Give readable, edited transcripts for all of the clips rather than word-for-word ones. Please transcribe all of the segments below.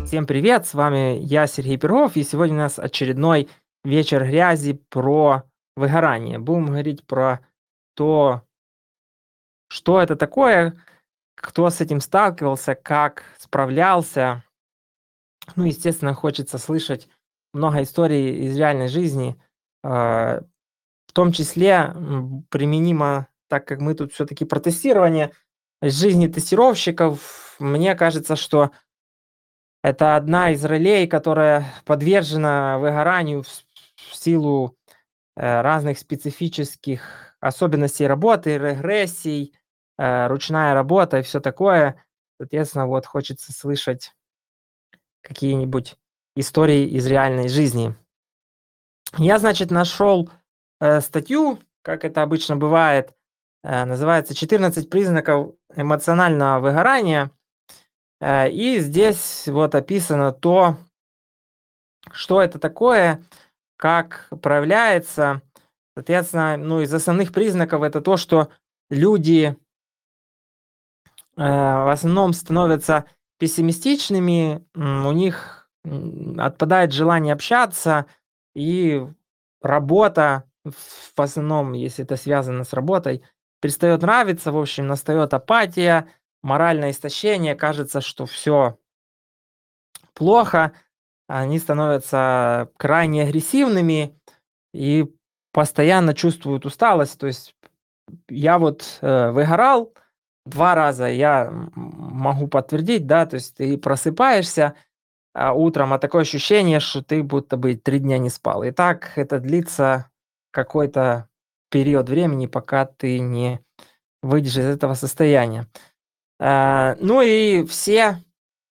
Всем привет, с вами я, Сергей Пирогов, и сегодня у нас очередной вечер грязи про выгорание. Будем говорить про то, что это такое, кто с этим сталкивался, как справлялся. Ну, естественно, хочется слышать много историй из реальной жизни, в том числе применимо, так как мы тут все-таки про тестирование, из жизни тестировщиков. Мне кажется, что это одна из ролей, которая подвержена выгоранию в силу разных специфических особенностей работы, регрессий, ручная работа и все такое. Соответственно, вот хочется слышать какие-нибудь истории из реальной жизни. Я, значит, нашел статью, как это обычно бывает, называется «14 признаков эмоционального выгорания». И здесь вот описано то, что это такое, как проявляется. Соответственно, ну, из основных признаков это то, что люди в основном становятся пессимистичными, у них отпадает желание общаться, и работа, в основном, если это связано с работой, перестает нравиться, в общем, настает апатия, моральное истощение, кажется, что все плохо, они становятся крайне агрессивными и постоянно чувствуют усталость. То есть я вот выгорал 2 раза, я могу подтвердить, да, то есть ты просыпаешься утром, а такое ощущение, что ты будто бы 3 дня не спал. И так это длится какой-то период времени, пока ты не выйдешь из этого состояния. Ну и все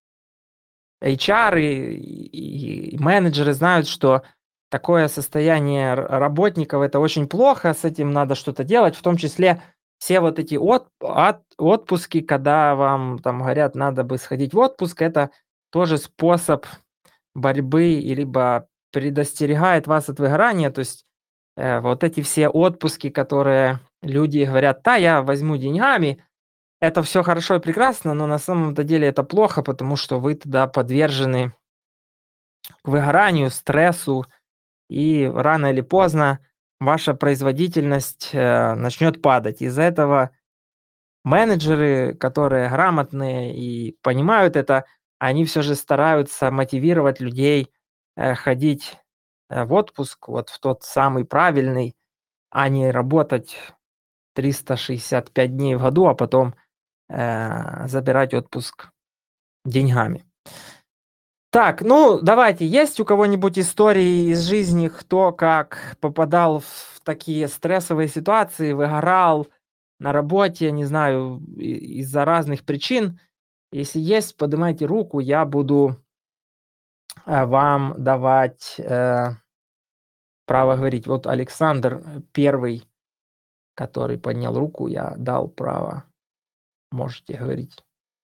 HR и менеджеры знают, что такое состояние работников это очень плохо, с этим надо что-то делать, в том числе все вот эти отпуски, когда вам там говорят, надо бы сходить в отпуск, это тоже способ борьбы и либо предостерегает вас от выгорания. То есть вот эти все отпуски, которые люди говорят, да, я возьму деньгами, это все хорошо и прекрасно, но на самом-то деле это плохо, потому что вы тогда подвержены к выгоранию, стрессу, и рано или поздно ваша производительность начнет падать. Из-за этого менеджеры, которые грамотные и понимают это, они все же стараются мотивировать людей ходить в отпуск, вот в тот самый правильный, а не работать 365 дней в году, а потом забирать отпуск деньгами. Так, ну давайте, есть у кого-нибудь истории из жизни, кто как попадал в такие стрессовые ситуации, выгорал на работе, не знаю, из-за разных причин? Если есть, поднимайте руку, я буду вам давать право говорить. Вот Александр первый, который поднял руку, я дал право. Можете говорить.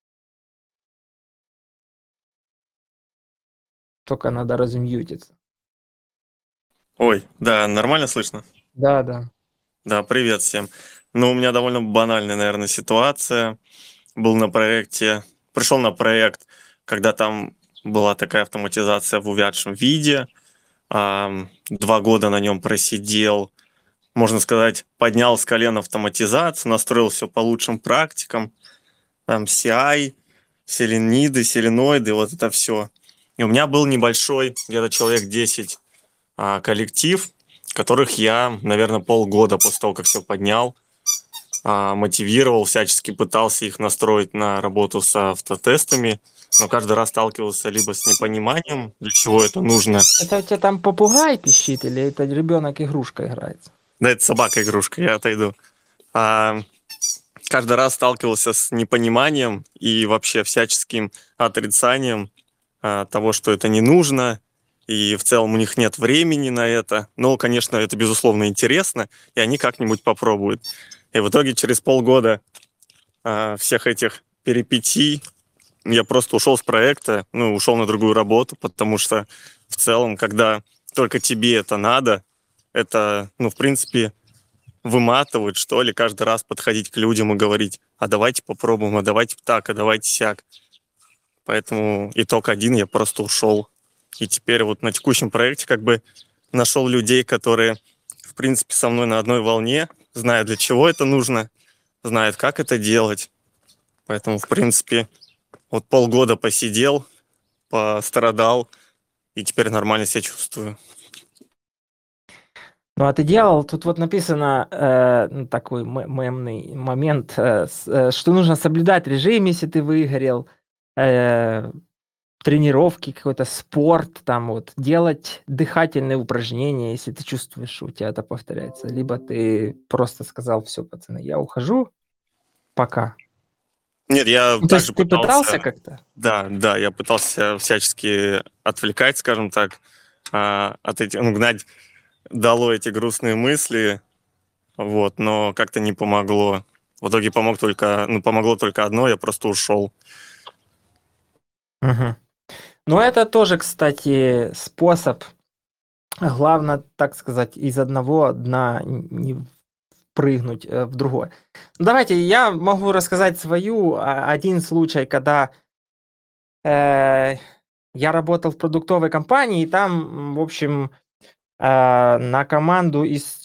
Только надо размьютиться. Ой, да, нормально слышно? Да, да. Да, привет всем. Ну, у меня довольно банальная, наверное, ситуация. Был на проекте, пришел на проект, когда там была такая автоматизация в увядшем виде. 2 года на нем просидел, можно сказать, поднял с колен автоматизацию, настроил все по лучшим практикам. Там CI, селениды, селеноиды, вот это все. И у меня был небольшой, где-то человек 10 коллектив, которых я, наверное, полгода после того, как все поднял, мотивировал, всячески пытался их настроить на работу с автотестами, но каждый раз сталкивался либо с непониманием, для чего это нужно. Это у тебя там попугай пищит или это ребенок игрушка играется? Да, это собака-игрушка, я отойду. А, Каждый раз сталкивался с непониманием и вообще всяческим отрицанием того, что это не нужно, и в целом у них нет времени на это. Но, конечно, это, безусловно, интересно, и они как-нибудь попробуют. И в итоге через полгода всех этих перипетий я просто ушел с проекта, ну, ушел на другую работу, потому что в целом, когда только тебе это надо, это, ну, в принципе, выматывает, что ли, каждый раз подходить к людям и говорить, а давайте попробуем, а давайте так, а давайте сяк. Поэтому итог один, я просто ушел. И теперь вот на текущем проекте как бы нашел людей, которые, в принципе, со мной на одной волне, знают, для чего это нужно, знают, как это делать. Поэтому, в принципе, вот полгода посидел, пострадал, и теперь нормально себя чувствую. Ну, а ты делал, тут вот написано ну, такой мемный момент, что нужно соблюдать режим, если ты выгорел, тренировки, какой-то спорт, там вот, делать дыхательные упражнения, если ты чувствуешь, что у тебя это повторяется. Либо ты просто сказал, все, пацаны, я ухожу, пока. Нет, я Ну, то также есть ты пытался пытался, как-то? да, я пытался всячески отвлекать, скажем так, от этих, ну, гнать долой эти грустные мысли, вот, но как-то не помогло. В итоге помогло только одно, я просто ушел. Мгм. Ну, это тоже, кстати, способ, главное, так сказать, из одного дна не прыгнуть в другое. Ну, давайте я могу рассказать один случай, когда я работал в продуктовой компании, и там, в общем, на команду из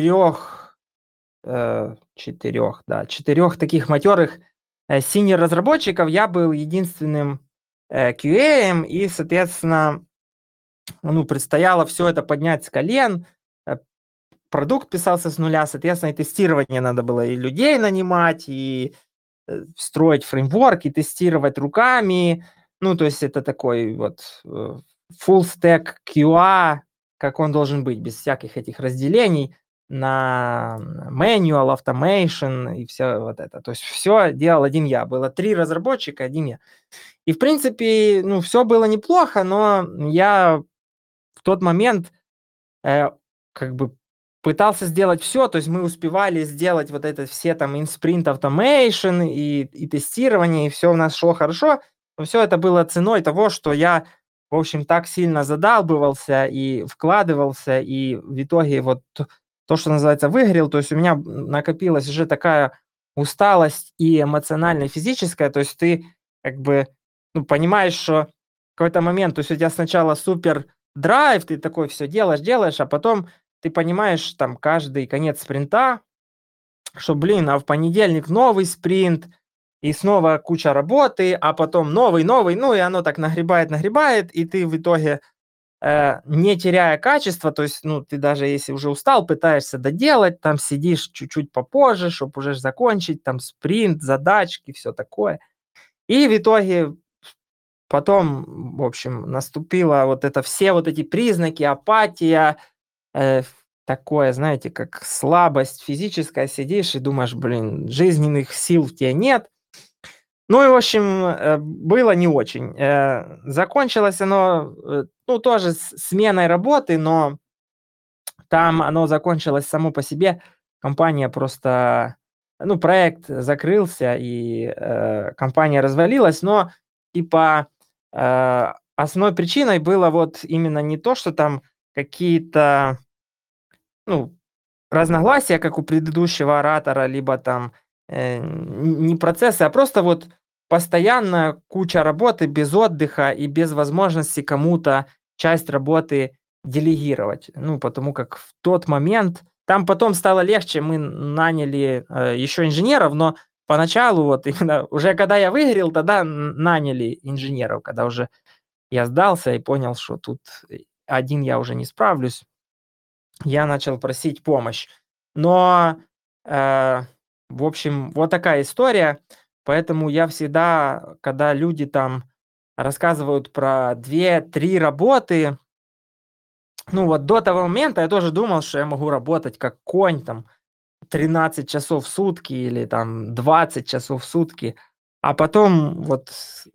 четырех таких матерых синьор-разработчиков я был единственным QA, и, соответственно, ну, предстояло все это поднять с колен, продукт писался с нуля, соответственно, и тестирование надо было и людей нанимать, и строить фреймворк, и тестировать руками. Ну, то есть это такой вот full stack QA, как он должен быть, без всяких этих разделений на manual, automation и все вот это. То есть все делал один я. Было 3 разработчика, один я. И, в принципе, ну, все было неплохо, но я в тот момент как бы пытался сделать все, то есть мы успевали сделать вот это все там in-sprint automation и тестирование, и все у нас шло хорошо, но все это было ценой того, что я, в общем, так сильно задалбывался и вкладывался, и в итоге вот то, что называется, выгорел, то есть у меня накопилась уже такая усталость и эмоциональная, и физическая, то есть ты как бы, ну, понимаешь, что в какой-то момент, то есть у тебя сначала супер драйв, ты такой все делаешь, а потом ты понимаешь там каждый конец спринта, что, блин, а в понедельник новый спринт, и снова куча работы, а потом новый, ну и оно так нагребает, и ты в итоге, не теряя качество, то есть, ну, ты даже если уже устал, пытаешься доделать, там сидишь чуть-чуть попозже, чтобы уже закончить, там спринт, задачки, все такое. И в итоге потом, в общем, наступило вот это все вот эти признаки, апатия, такое, знаете, как слабость физическая, сидишь и думаешь, блин, жизненных сил в тебе нет. Ну и, в общем, было не очень. Закончилось оно, ну, тоже сменой работы, но там оно закончилось само по себе. Компания просто, ну, проект закрылся, и компания развалилась, но типа основной причиной было вот именно не то, что там какие-то, ну, разногласия, как у предыдущего оратора, либо там не процессы, а просто вот постоянно куча работы без отдыха и без возможности кому-то часть работы делегировать. Ну, потому как в тот момент, там потом стало легче, мы наняли еще инженеров, но поначалу вот именно уже когда я выгорел, тогда наняли инженеров, когда уже я сдался и понял, что тут один я уже не справлюсь, я начал просить помощь. Но, в общем, вот такая история. Поэтому я всегда, когда люди там рассказывают про 2-3 работы, ну вот до того момента я тоже думал, что я могу работать как конь, там 13 часов в сутки или там 20 часов в сутки. А потом вот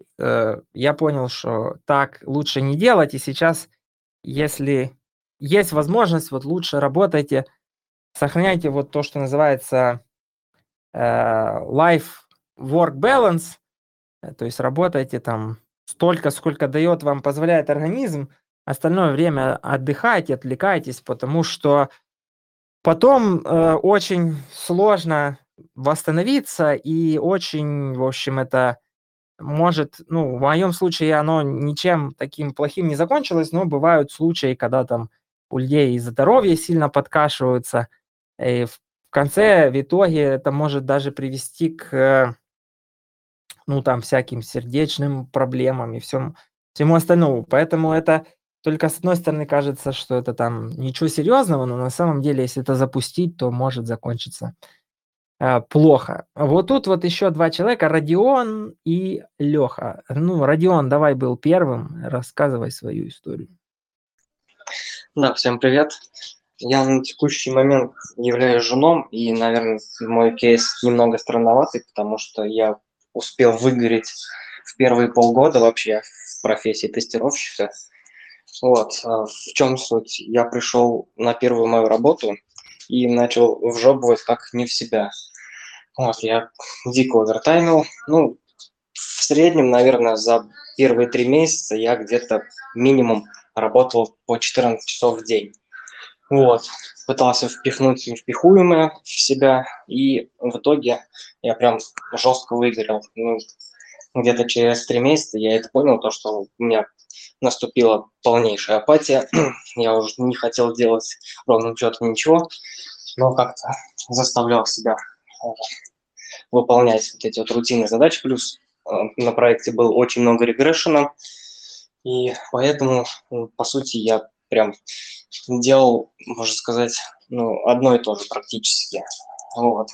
я понял, что так лучше не делать. И сейчас, если есть возможность, вот лучше работайте, сохраняйте вот то, что называется life-work balance, то есть работайте там столько, сколько дает вам, позволяет организм, остальное время отдыхайте, отвлекайтесь, потому что потом очень сложно восстановиться, и очень, в общем, это может, ну, в моем случае оно ничем таким плохим не закончилось, но бывают случаи, когда там у людей и здоровье сильно подкашиваются, и в конце, в итоге это может даже привести к, ну, там, всяким сердечным проблемам и всему остальному. Поэтому это только с одной стороны кажется, что это там ничего серьезного, но на самом деле, если это запустить, то может закончиться плохо. Вот тут вот еще 2 человека, Родион и Леха. Ну, Родион, давай был первым, рассказывай свою историю. Да, всем привет. Я на текущий момент являюсь женом, и, наверное, мой кейс немного странноватый, потому что я успел выгореть в первые полгода вообще в профессии тестировщика. Вот. В чем суть? Я пришел на первую мою работу и начал вжобывать как не в себя. Вот, я дико овертаймил. Ну, в среднем, наверное, за первые 3 месяца я где-то минимум работал по 14 часов в день. Вот. Пытался впихнуть невпихуемое в себя, и в итоге я прям жестко выгорел. Ну, где-то через 3 месяца я это понял, то, что у меня наступила полнейшая апатия. Я уже не хотел делать ровным счетом ничего, но как-то заставлял себя выполнять вот эти вот рутинные задачи. Плюс на проекте было очень много регрессиона, и поэтому, по сути, я прям делал, можно сказать, ну, одно и то же практически. Вот.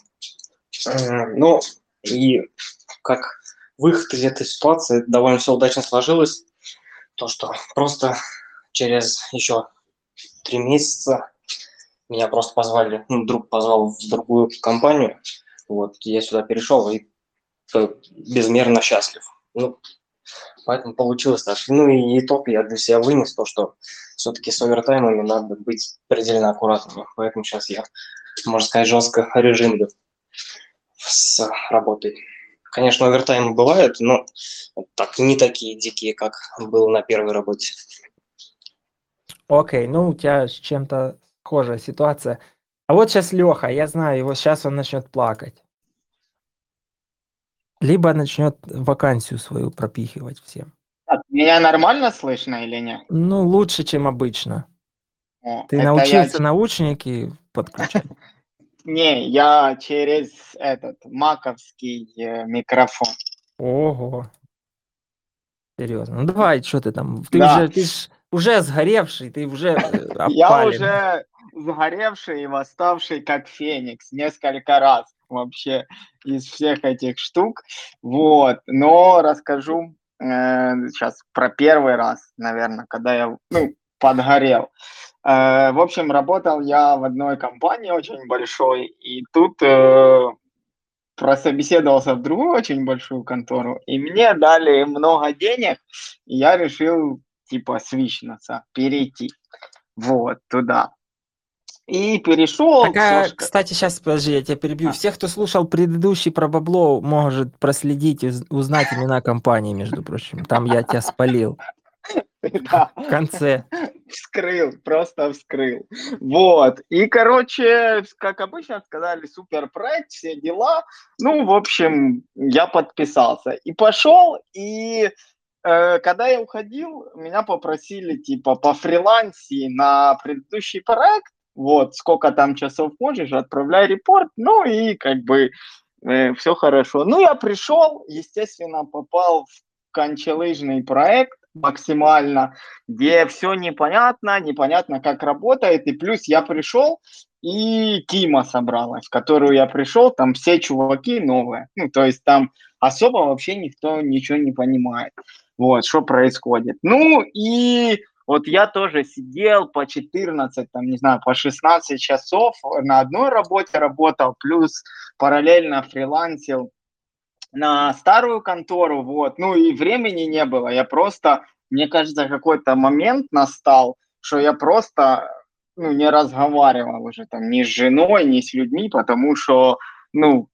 Ну, и как выход из этой ситуации довольно все удачно сложилось. То, что просто через еще 3 месяца меня просто позвали, ну, друг позвал в другую компанию. Вот, я сюда перешел и безмерно счастлив. Ну, поэтому получилось так. Ну и итог я для себя вынес, то, что все-таки с овертаймами надо быть предельно аккуратными. Поэтому сейчас я, можно сказать, жестко режимлю с работой. Конечно, овертаймы бывают, но так, не такие дикие, как было на первой работе. Окей, ну у тебя с чем-то схожая ситуация. А вот сейчас Леха, я знаю его, сейчас он начнет плакать. Либо начнет вакансию свою пропихивать всем. Меня нормально слышно или нет? Ну, лучше, чем обычно. О, Ты это научился наушники подключать? Не, я через этот маковский микрофон. Ого. Серьезно. Ну давай, что ты там? Да. Ты ж уже сгоревший, ты уже Я опаленный. уже сгоревший и восставший как феникс несколько раз вообще из всех этих штук. Вот. Но расскажу сейчас про первый раз, наверное, когда я подгорел. В общем, работал я в одной компании очень большой, и тут прособеседовался в другую очень большую контору, и мне дали много денег, и я решил типа свичнуться, перейти вот туда. И перешел. Такая, кстати, сейчас, подожди, я тебя перебью. Все, кто слушал предыдущий про бабло, может проследить и узнать имена компании, между прочим. Там я тебя спалил. Да. В конце. Вскрыл, просто вскрыл. Вот. И, короче, как обычно сказали, супер проект, все дела. Ну, в общем, я подписался. И пошел, и когда я уходил, меня попросили, типа, по фрилансе на предыдущий проект, вот, сколько там часов можешь, отправляй репорт, ну, и как бы все хорошо. Ну, я пришел, естественно, попал в кончелыжный проект максимально, где все непонятно, непонятно, как работает, и плюс я пришел, и Кима собралась, в которую я пришел, там все чуваки новые, ну, то есть там особо вообще никто ничего не понимает, вот, что происходит. Ну, и вот я тоже сидел по 14, там, не знаю, по 16 часов на одной работе работал, плюс параллельно фрилансил на старую контору, вот, ну и времени не было, я просто, мне кажется, какой-то момент настал, что я просто, ну, не разговаривал уже там ни с женой, ни с людьми, потому что, ну,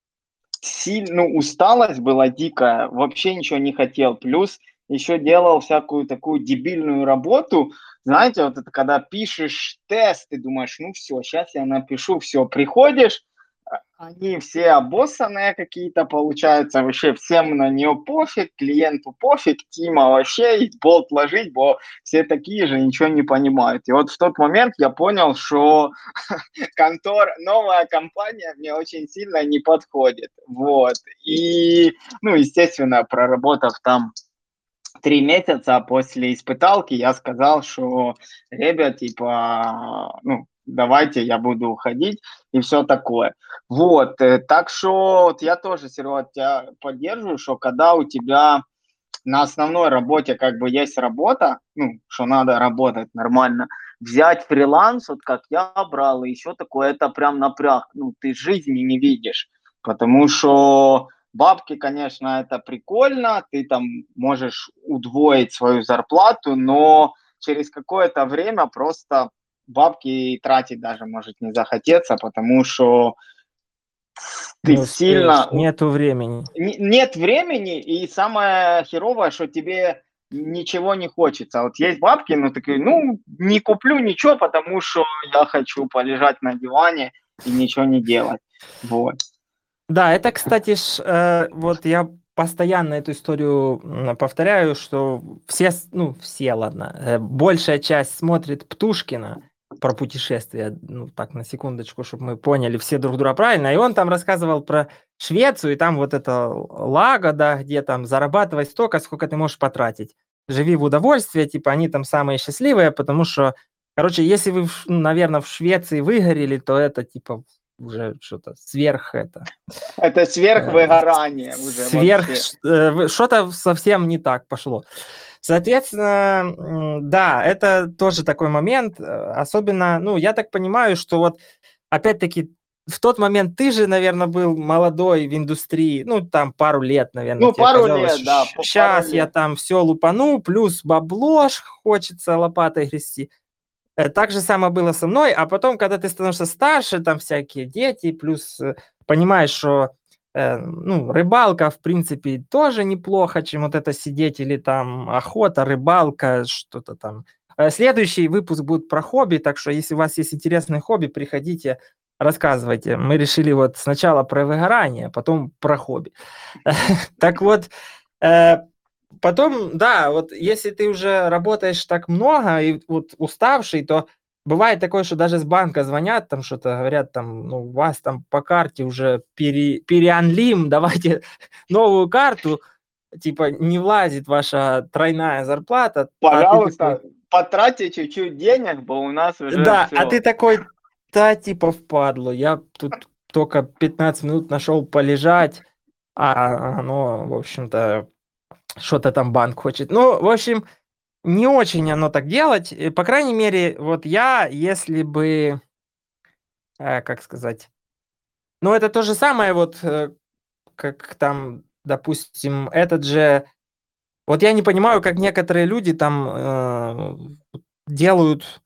усталость была дикая, вообще ничего не хотел, плюс еще делал всякую такую дебильную работу, знаете, вот это когда пишешь тест, ты думаешь, ну все, сейчас я напишу, все, приходишь, они все обоссанные какие-то, получается, вообще всем на нее пофиг, клиенту пофиг, Тима вообще болт ложить, бо все такие же, ничего не понимают. И вот в тот момент я понял, что новая компания мне очень сильно не подходит. Вот. И, ну, естественно, проработав там 3 месяца после испыталки, я сказал, что, ребят, типа, ну, давайте я буду уходить и все такое. Вот, так что вот я тоже, Серега, тебя поддерживаю, что когда у тебя на основной работе как бы есть работа, ну, что надо работать нормально, взять фриланс, вот как я брал, и еще такое, это прям напряг, ну, ты жизни не видишь, потому что бабки, конечно, это прикольно, ты там можешь удвоить свою зарплату, но через какое-то время просто бабки тратить даже может не захотеться, потому что Не ты успеешь, сильно нету времени. нет времени, и самое херовое, что тебе ничего не хочется. Вот есть бабки, ну такие, ну не куплю ничего, потому что я хочу полежать на диване и ничего не делать. Вот. Да, это, кстати, вот я постоянно эту историю повторяю, что все, ладно, большая часть смотрит Птушкина про путешествия, ну, так, на секундочку, чтобы мы поняли все друг друга правильно, и он там рассказывал про Швецию, и там вот это Лага, да, где там зарабатывать столько, сколько ты можешь потратить. Живи в удовольствие, типа, они там самые счастливые, потому что, короче, если вы, наверное, в Швеции выгорели, то это, типа, уже что-то сверх это. Это сверхвыгорание уже вообще. Что-то совсем не так пошло. Соответственно, да, это тоже такой момент. Особенно, ну, я так понимаю, что вот, опять-таки, в тот момент ты же, наверное, был молодой в индустрии, ну, там, пару лет, наверное, Ну, тебе пару казалось, лет, да. сейчас Пару я лет. там все лупану, плюс бабло хочется лопатой грести. Так же самое было со мной, а потом, когда ты становишься старше, там всякие дети, плюс понимаешь, что ну, рыбалка, в принципе, тоже неплохо, чем вот это сидеть, или там охота, рыбалка, что-то там. Следующий выпуск будет про хобби, так что если у вас есть интересные хобби, приходите, рассказывайте. Мы решили вот сначала про выгорание, а потом про хобби. Так вот, потом, да, вот если ты уже работаешь так много и вот уставший, то бывает такое, что даже с банка звонят, там что-то говорят, там, ну, у вас там по карте уже переанлим, давайте новую карту, типа не влазит ваша тройная зарплата, а ты такой, Пожалуйста, потратьте чуть-чуть денег, бо у нас уже да, а ты все. такой, да, типа впадло, я тут только 15 минут нашел полежать, а оно, в общем-то, что-то там банк хочет. Ну, в общем, не очень оно так делать. По крайней мере, вот я, если бы, как сказать, ну, это то же самое, вот, как там, допустим, этот же, вот я не понимаю, как некоторые люди там делают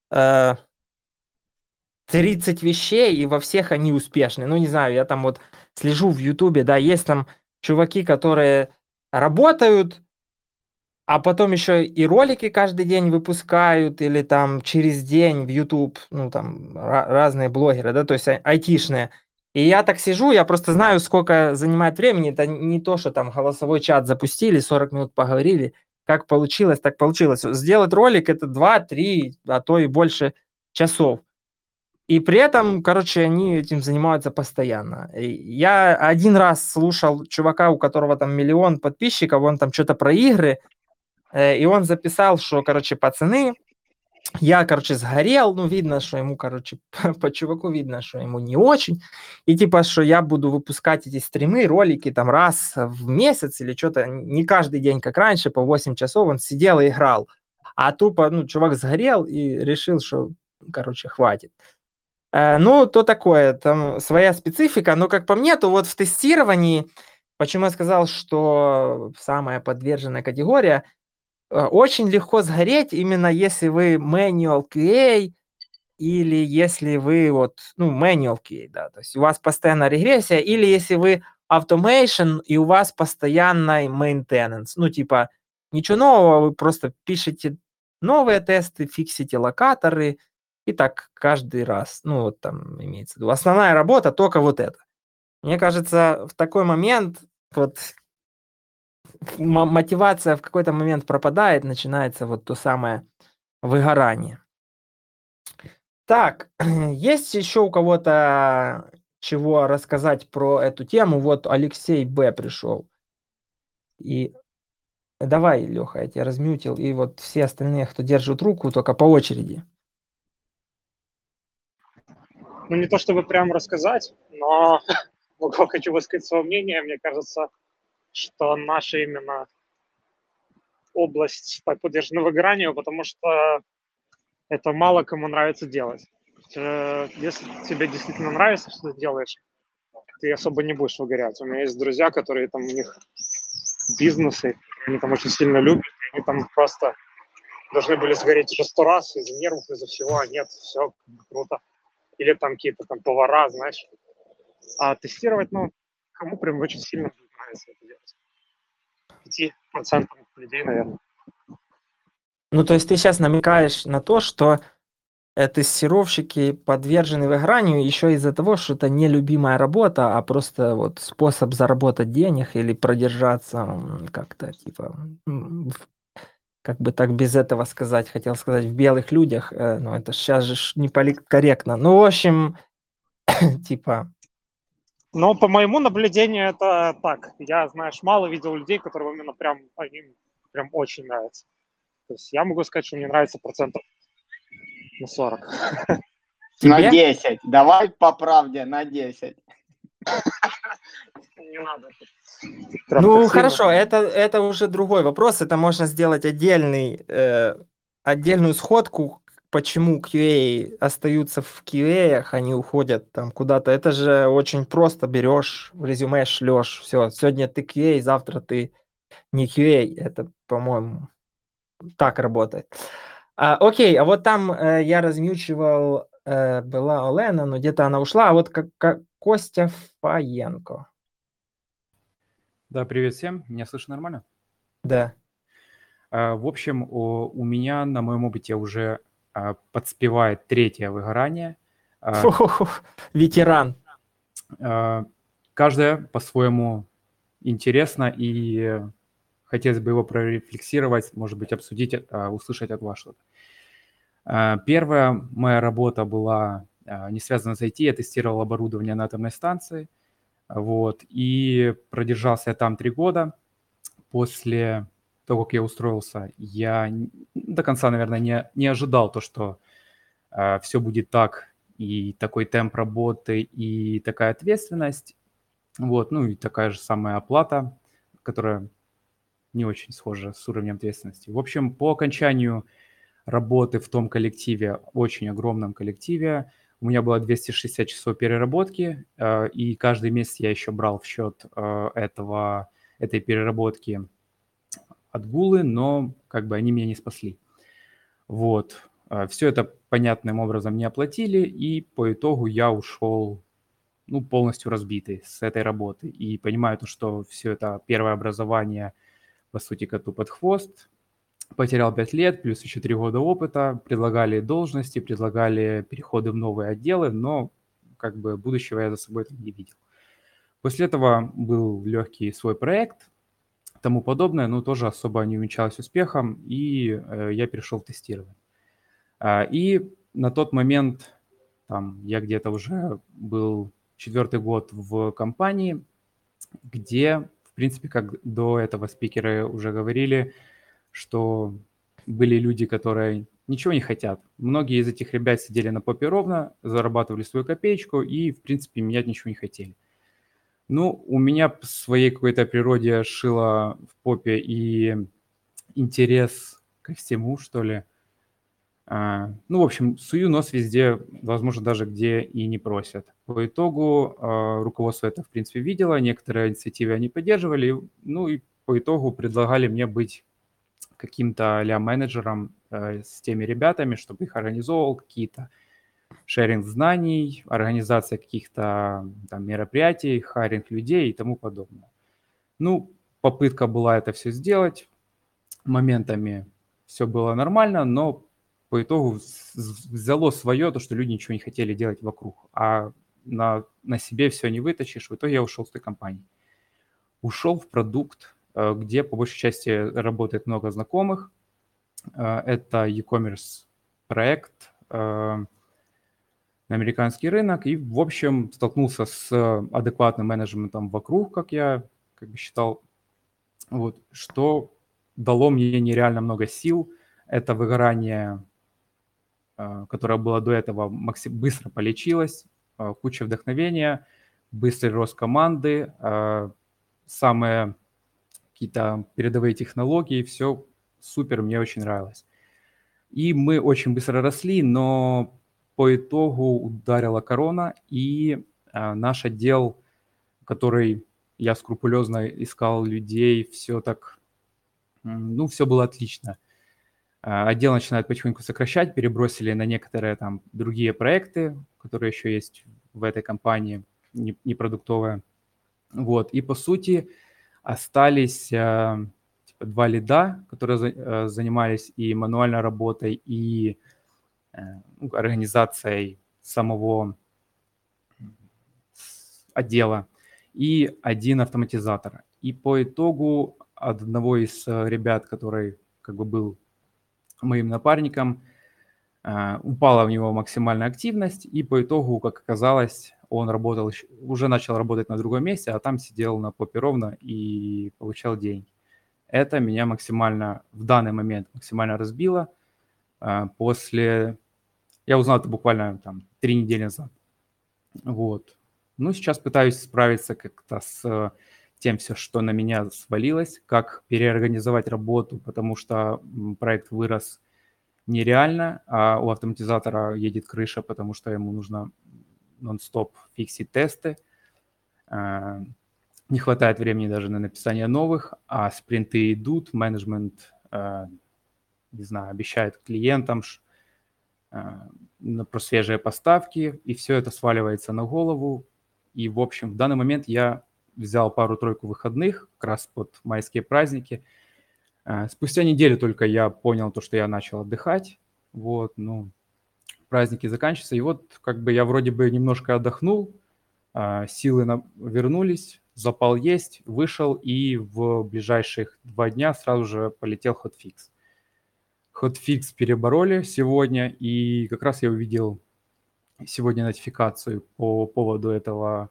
30 вещей, и во всех они успешны. Ну, не знаю, я там вот слежу в Ютубе, да, есть там чуваки, которые работают, а потом еще и ролики каждый день выпускают, или там через день в YouTube, ну там разные блогеры, да, то есть айтишные. И я так сижу, я просто знаю, сколько занимает времени. Это не то, что там голосовой чат запустили, 40 минут поговорили, как получилось, так получилось. Сделать ролик это 2-3, а то и больше часов. И при этом, короче, они этим занимаются постоянно. И я один раз слушал чувака, у которого там 1 000 000 подписчиков, он там что-то про игры, и он записал, что, короче, пацаны, я, короче, сгорел, ну, видно, что ему, короче, по чуваку видно, что ему не очень, и типа, что я буду выпускать эти стримы, ролики там раз в месяц или что-то, не каждый день, как раньше, по 8 часов он сидел и играл, а тупо, ну, чувак сгорел и решил, что, короче, хватит. Ну, то такое, там своя специфика, но, как по мне, то вот в тестировании, почему я сказал, что самая подверженная категория, очень легко сгореть, именно если вы manual QA или если вы вот, ну, manual QA, да, то есть у вас постоянно регрессия, или если вы automation и у вас постоянный maintenance, ну, типа, ничего нового, вы просто пишете новые тесты, фиксите локаторы, И так каждый раз. Ну, вот там имеется в виду. Основная работа только вот это. Мне кажется, в такой момент вот мотивация в какой-то момент пропадает, начинается вот то самое выгорание. Так, есть еще у кого-то чего рассказать про эту тему? Вот Алексей Б. пришел. И давай, Леха, я тебя размютил. И вот все остальные, кто держит руку, только по очереди. Ну, не то чтобы прям рассказать, но хочу высказать свое мнение. Мне кажется, что наша именно область подвержена выгоранию, потому что это мало кому нравится делать. Если тебе действительно нравится, что ты делаешь, ты особо не будешь выгорять. У меня есть друзья, которые там, у них бизнесы, они там очень сильно любят, они там просто должны были сгореть уже 100 раз из-за нервов, из-за всего, а нет, все круто. Или там какие-то там повара, знаешь. А тестировать, ну, кому прям очень сильно нравится это делать. 5% людей, наверное. Ну, то есть ты сейчас намекаешь на то, что тестировщики подвержены выгоранию еще из-за того, что это не любимая работа, а просто вот способ заработать денег или продержаться как-то, типа, как бы так без этого сказать, хотел сказать, в белых людях, но это сейчас же не политкорректно. Ну, в общем, типа... Но по моему наблюдению это так. Я, знаешь, мало видел людей, которым именно прям, они прям очень нравится. То есть я могу сказать, что мне нравится процентов на 40. На Тебе? 10. Давай по правде, на 10. Не надо. Ну, хорошо, это уже другой вопрос. Это можно сделать отдельную сходку, почему QA остаются в QA, они уходят там куда-то. Это же очень просто. Берешь, в резюме шлешь. Все, сегодня ты QA, завтра ты не QA. Это, по-моему, так работает. Окей, а вот там я размьючивал, была Олена, но где-то она ушла. А вот как Костя Фаенко. Да, привет всем. Меня слышно нормально? Да. В общем, у меня на моем опыте уже подспевает третье выгорание. Ветеран. Каждое по-своему интересно, и хотелось бы его прорефлексировать, может быть, обсудить, услышать от вас что-то. Первая моя работа была не связана с IT, я тестировал оборудование на атомной станции, вот, и продержался я там 3 года. После того, как я устроился, я до конца, наверное, не ожидал то, что все будет так, и такой темп работы, и такая ответственность, вот, ну и такая же самая оплата, которая не очень схожа с уровнем ответственности. В общем, по окончанию работы в том коллективе, очень огромном коллективе, у меня было 260 часов переработки, и каждый месяц я еще брал в счет этой переработки отгулы, но как бы они меня не спасли. Вот. Все это понятным образом не оплатили, и по итогу я ушел, ну, полностью разбитый с этой работы. И понимаю то, что все это первое образование, по сути, коту под хвост. Потерял 5 лет, плюс еще 3 года опыта. Предлагали должности, предлагали переходы в новые отделы, но как бы будущего я за собой не видел. После этого был легкий свой проект, тому подобное, но тоже особо не увенчалось успехом, и я перешел в тестирование. И на тот момент, там, я где-то уже был 4-й год в компании, где, в принципе, как до этого спикеры уже говорили, что были люди, которые ничего не хотят. Многие из этих ребят сидели на попе ровно, зарабатывали свою копеечку и, в принципе, менять ничего не хотели. Ну, у меня по своей какой-то природе шило в попе и интерес ко всему, что ли. Ну, в общем, сую нос везде, возможно, даже где и не просят. По итогу руководство это, в принципе, видело, некоторые инициативы они поддерживали, ну и по итогу предлагали мне быть каким-то а-ля менеджером с теми ребятами, чтобы их организовывал, какие-то шеринг знаний, организация каких-то там мероприятий, хайринг людей и тому подобное. Ну, попытка была это все сделать. Моментами все было нормально, но по итогу взяло свое, то, что люди ничего не хотели делать вокруг, а на себе все не вытащишь. В итоге я ушел с той компании. Ушел в продукт, где по большей части работает много знакомых. Это e-commerce проект на американский рынок. И, в общем, столкнулся с адекватным менеджментом вокруг, как я считал, вот, что дало мне нереально много сил. Это выгорание, которое было до этого, быстро полечилось, куча вдохновения, быстрый рост команды, самые какие-то передовые технологии, все супер, мне очень нравилось. И мы очень быстро росли, но по итогу ударила корона, и наш отдел, который я скрупулезно искал людей, все так, все было отлично. Отдел начинает потихоньку сокращать, перебросили на некоторые там другие проекты, которые еще есть в этой компании, не продуктовые. Вот, и по сути остались 2 лида, которые занимались и мануальной работой, и организацией самого отдела, и 1 автоматизатор. И по итогу одного из ребят, который был моим напарником, упала в него максимальная активность, и по итогу, как оказалось, он уже начал работать на другом месте, а там сидел на попе ровно и получал деньги. Это меня в данный момент максимально разбило. Я узнал это буквально 3 недели назад. Вот. Сейчас пытаюсь справиться как-то с тем, что на меня свалилось, как переорганизовать работу, потому что проект вырос нереально, а у автоматизатора едет крыша, потому что ему нужно нон-стоп фиксить тесты. Не хватает времени даже на написание новых, а спринты идут, менеджмент, обещает клиентам про свежие поставки, и все это сваливается на голову. И, в общем, в данный момент я взял пару-тройку выходных, как раз под майские праздники. Спустя неделю только я понял то, что я начал отдыхать. Вот, праздники заканчиваются, и вот я вроде бы немножко отдохнул, силы вернулись, запал есть, вышел, и в ближайших 2 дня сразу же полетел хотфикс. Хотфикс перебороли сегодня, и как раз я увидел сегодня нотификацию по поводу этого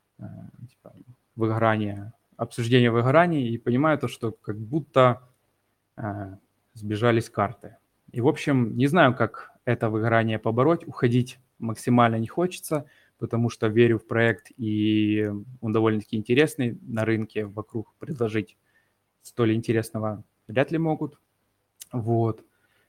выгорания, обсуждения выгорания, и понимаю то, что как будто сбежались карты. И, в общем, не знаю, как это выгорание побороть, уходить максимально не хочется, потому что верю в проект, и он довольно-таки интересный на рынке, вокруг предложить столь интересного вряд ли могут. Вот.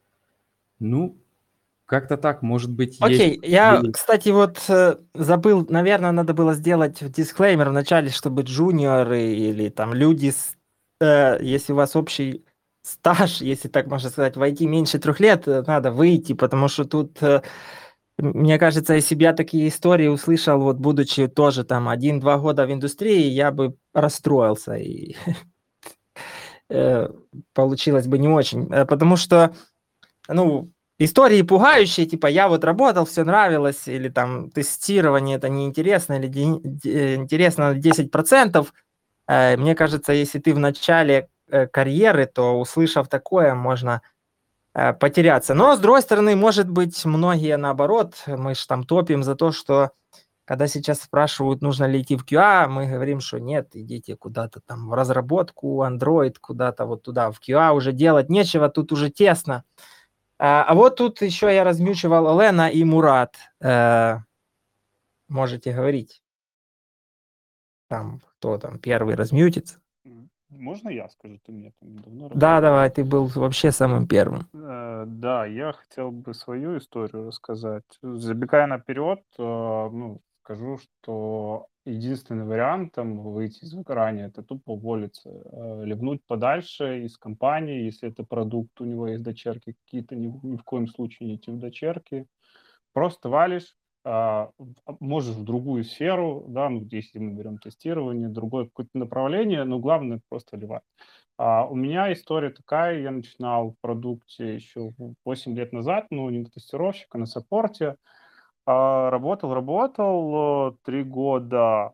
Как-то так, может быть, Окей, есть... я, кстати, забыл, наверное, надо было сделать дисклеймер в начале, чтобы джуниоры или там люди, если у вас общий стаж, если так можно сказать, в IT меньше 3 лет, надо выйти, потому что тут, мне кажется, если бы я такие истории услышал, будучи тоже там 1-2 года в индустрии, я бы расстроился, и получилось бы не очень, потому что, истории пугающие, типа я работал, все нравилось, или там тестирование это неинтересно, или интересно на 10%. Мне кажется, если ты в начале карьеры, то, услышав такое, можно потеряться. Но, с другой стороны, может быть, многие наоборот, мы же там топим за то, что когда сейчас спрашивают, нужно ли идти в QA, мы говорим, что нет, идите куда-то там в разработку, Android, куда-то туда, в QA уже делать нечего, тут уже тесно. А тут еще я размьючивал Олена и Мурат. Можете говорить. Там, кто там первый размьютится? Можно я скажу? Ты меня там давно Да, давай, ты был вообще самым первым. Да, я хотел бы свою историю рассказать. Забегая наперед, скажу, что единственный вариант выйти из выгорания — это тупо уволиться, ливнуть подальше из компании, если это продукт, у него есть дочерки какие-то, ни в коем случае не идти в дочерки. Просто валишь, можешь в другую сферу, да, если мы берем тестирование, другое какое-то направление, но главное просто ливать. У меня история такая, я начинал в продукте еще 8 лет назад, ну, не на тестировщика, на саппорте. Работал 3 года,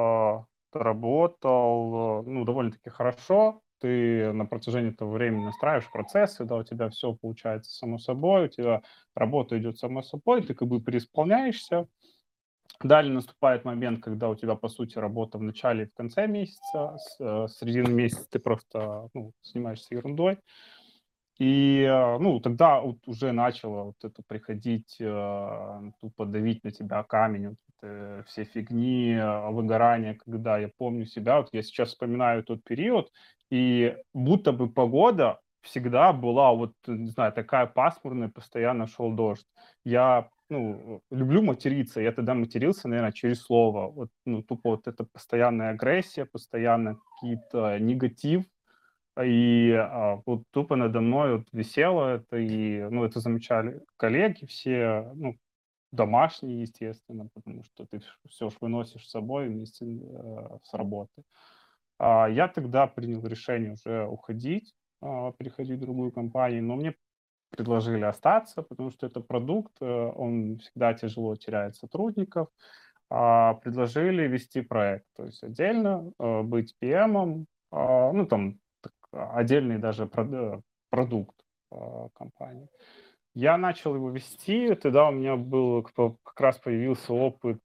работал, ну, довольно-таки хорошо. Ты на протяжении этого времени настраиваешь процессы, да, у тебя все получается само собой, у тебя работа идет само собой, ты как бы преисполняешься. Далее наступает момент, когда у тебя, по сути, работа в начале и в конце месяца. С середины месяца ты просто, ну, занимаешься ерундой. И, ну, тогда вот уже начало вот это приходить, тупо давить на тебя камень, вот все фигни, выгорание, когда я помню себя, вот я сейчас вспоминаю тот период, и будто бы погода всегда была вот, не знаю, такая пасмурная, постоянно шел дождь. Я, ну, люблю материться, я тогда матерился, наверное, через слово. Вот, ну, тупо вот это постоянная агрессия, постоянно какие-то негатив, и вот тупо надо мной вот висело это, и, ну, это замечали коллеги все, ну, домашние, естественно, потому что ты все ж выносишь с собой вместе с работы. Я тогда принял решение уже уходить, переходить в другую компанию, но мне предложили остаться, потому что это продукт, он всегда тяжело теряет сотрудников. Предложили вести проект, то есть отдельно быть PM, ну, там отдельный даже продукт компании. Я начал его вести, тогда у меня был как раз появился опыт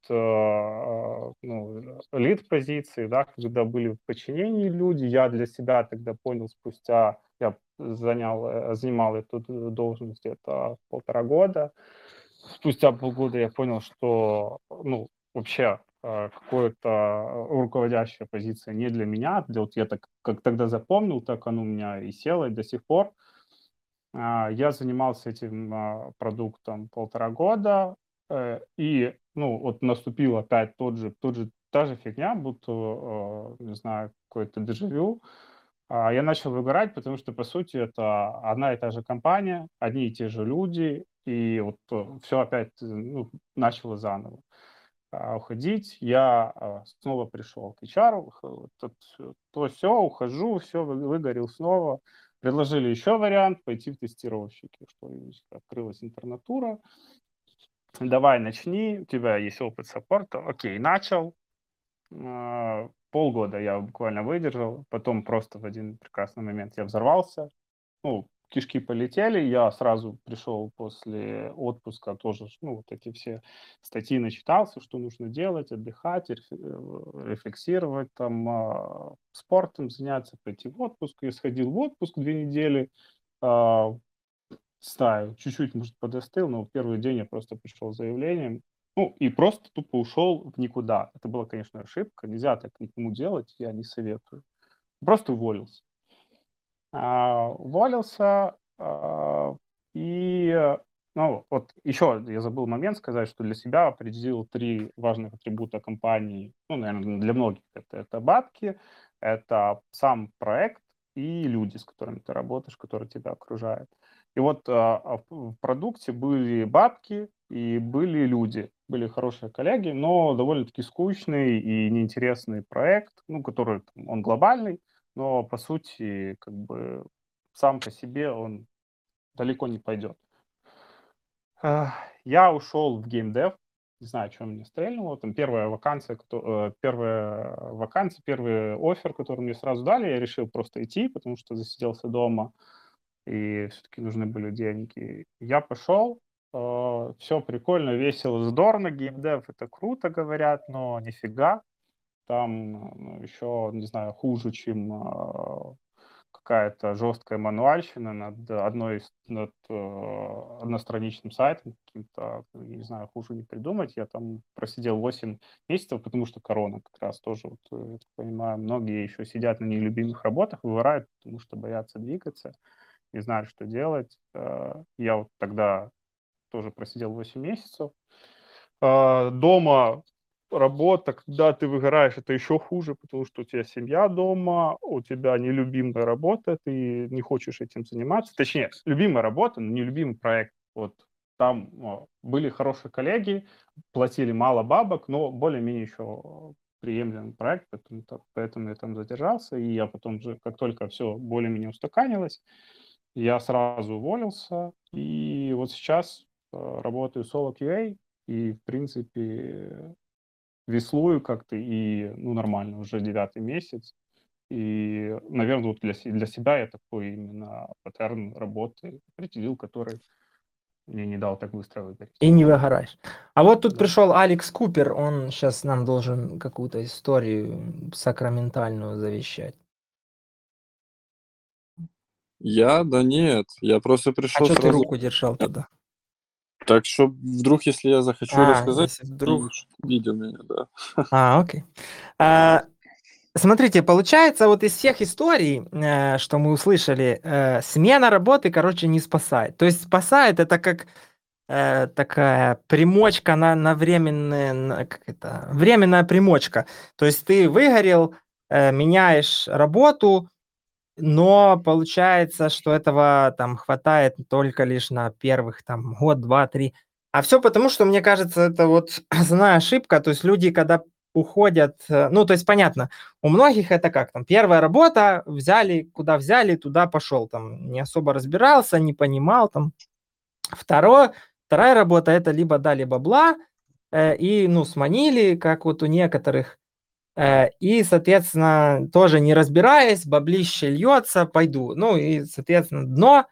ну, лид-позиции, да, когда были в подчинении люди. Я для себя тогда понял спустя, я занимал эту должность где-то 1,5 года. Спустя полгода я понял, что, ну, вообще какая-то руководящая позиция не для меня. Вот я так, как тогда запомнил, так оно у меня и село, и до сих пор. Я занимался этим продуктом 1,5 года, и, ну, вот наступил опять та же фигня, будто, не знаю, какое-то дежавю. Я начал выгорать, потому что, по сути, это одна и та же компания, одни и те же люди, и вот все опять, ну, начало заново уходить. Я снова пришел к HR, то все, ухожу, все, выгорел снова. Предложили еще вариант пойти в тестировщики, что открылась интернатура. Давай, начни, у тебя есть опыт саппорта. Окей, начал. Полгода я буквально выдержал, потом просто в один прекрасный момент я взорвался. Ну, кишки полетели, я сразу пришел после отпуска, тоже, ну, вот эти все статьи начитался, что нужно делать, отдыхать, рефлексировать, там, спортом заняться, пойти в отпуск. Я сходил в отпуск 2 недели, знаю, чуть-чуть, может, подостыл, но в первый день я просто пришел с заявлением, ну, и просто тупо ушел в никуда. Это была, конечно, ошибка, нельзя так никому делать, я не советую. Просто уволился. Уволился, и, ну, вот еще я забыл момент сказать, что для себя определил 3 важных атрибута компании. Ну, наверное, для многих это бабки, это сам проект и люди, с которыми ты работаешь, которые тебя окружают. И вот в продукте были бабки и были люди, были хорошие коллеги, но довольно-таки скучный и неинтересный проект, ну, который он глобальный, но по сути, как бы сам по себе он далеко не пойдет. Я ушел в геймдев, не знаю, что меня стрельнуло. Там первый оффер, который мне сразу дали, я решил просто идти, потому что засиделся дома, и все-таки нужны были деньги. Я пошел, все прикольно, весело, здорово, геймдев это круто, говорят, но нифига. Там еще, не знаю, хуже, чем какая-то жесткая мануальщина над одностраничным сайтом каким-то, не знаю, хуже не придумать. Я там просидел 8 месяцев, потому что корона как раз тоже, вот, я так понимаю, многие еще сидят на нелюбимых работах, вывирают, потому что боятся двигаться, не знают, что делать. Я вот тогда тоже просидел 8 месяцев. Дома работа, когда ты выгораешь, это еще хуже, потому что у тебя семья дома, у тебя нелюбимая работа, ты не хочешь этим заниматься. Точнее, любимая работа, но нелюбимый проект. Вот там были хорошие коллеги, платили мало бабок, но более-менее еще приемлемый проект, поэтому я там задержался. И я потом же, как только все более-менее устаканилось, я сразу уволился. И вот сейчас работаю соло QA, и, в принципе, веслую как-то, и, ну, нормально, уже 9-й месяц. И, наверное, вот для себя я такой именно паттерн работы определил, который мне не дал так быстро выгореть. И не выгораешь. А вот тут Да. пришел Алекс Купер, он сейчас нам должен какую-то историю сакраментальную завещать. Я? Да нет, я просто А пришел что ты сразу. руку держал тогда? Так что вдруг, если я захочу рассказать, если вдруг... видел меня, да. Окей. Смотрите, получается, вот из всех историй, что мы услышали, смена работы, короче, не спасает. То есть спасает это как такая примочка на временное, временная примочка. То есть ты выгорел, меняешь работу, но получается, что этого там хватает только лишь на первых там год, два, три. А все потому, что, мне кажется, это вот основная ошибка. То есть люди, когда уходят, ну, то есть понятно, у многих это как там, первая работа, взяли, куда взяли, туда пошел, там, не особо разбирался, не понимал, там. Вторая работа, это либо дали бабла, и, ну, сманили, как вот у некоторых, и, соответственно, тоже не разбираясь, баблище льется, пойду. Ну и, соответственно, дно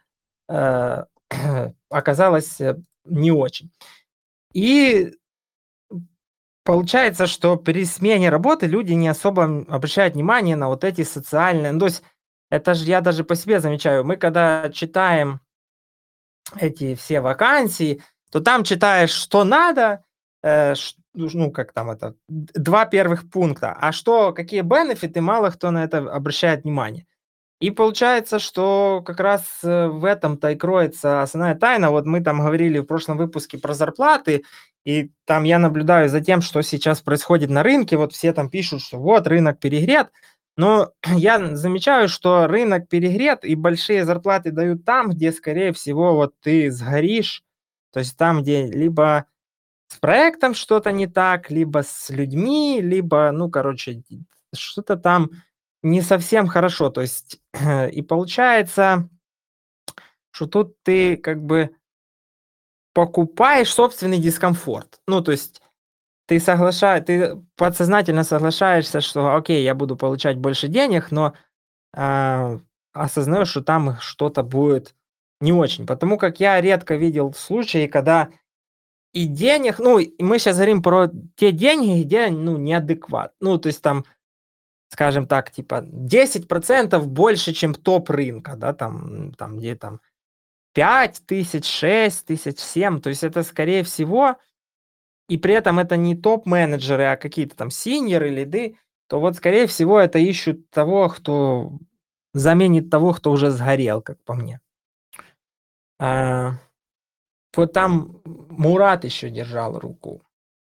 оказалось не очень. И получается, что при смене работы люди не особо обращают внимание на вот эти социальные... Ну, то есть это же я даже по себе замечаю. Мы когда читаем эти все вакансии, то там читаешь, что надо, ну, как там это, 2 первых пункта, а что, какие бенефиты, мало кто на это обращает внимание. И получается, что как раз в этом-то и кроется основная тайна. Вот мы там говорили в прошлом выпуске про зарплаты, и там я наблюдаю за тем, что сейчас происходит на рынке. Вот все там пишут, что вот рынок перегрет. Но я замечаю, что рынок перегрет, и большие зарплаты дают там, где, скорее всего, вот ты сгоришь. То есть там, где либо с проектом что-то не так, либо с людьми, либо, ну, короче, что-то там не совсем хорошо. То есть и получается, что тут ты как бы покупаешь собственный дискомфорт. Ну, то есть ты подсознательно соглашаешься, что окей, я буду получать больше денег, но осознаешь, что там что-то будет не очень. Потому как я редко видел случаи, когда и денег, ну, и мы сейчас говорим про те деньги, где, ну, неадекват. Ну, то есть там, скажем так, типа 10% больше, чем топ рынка, да, там где там 5 тысяч, 6 тысяч, 7. То есть это, скорее всего, и при этом это не топ-менеджеры, а какие-то там синьоры, лиды, то вот, скорее всего, это ищут того, кто заменит того, кто уже сгорел, как по мне. Вот там Мурат еще держал руку.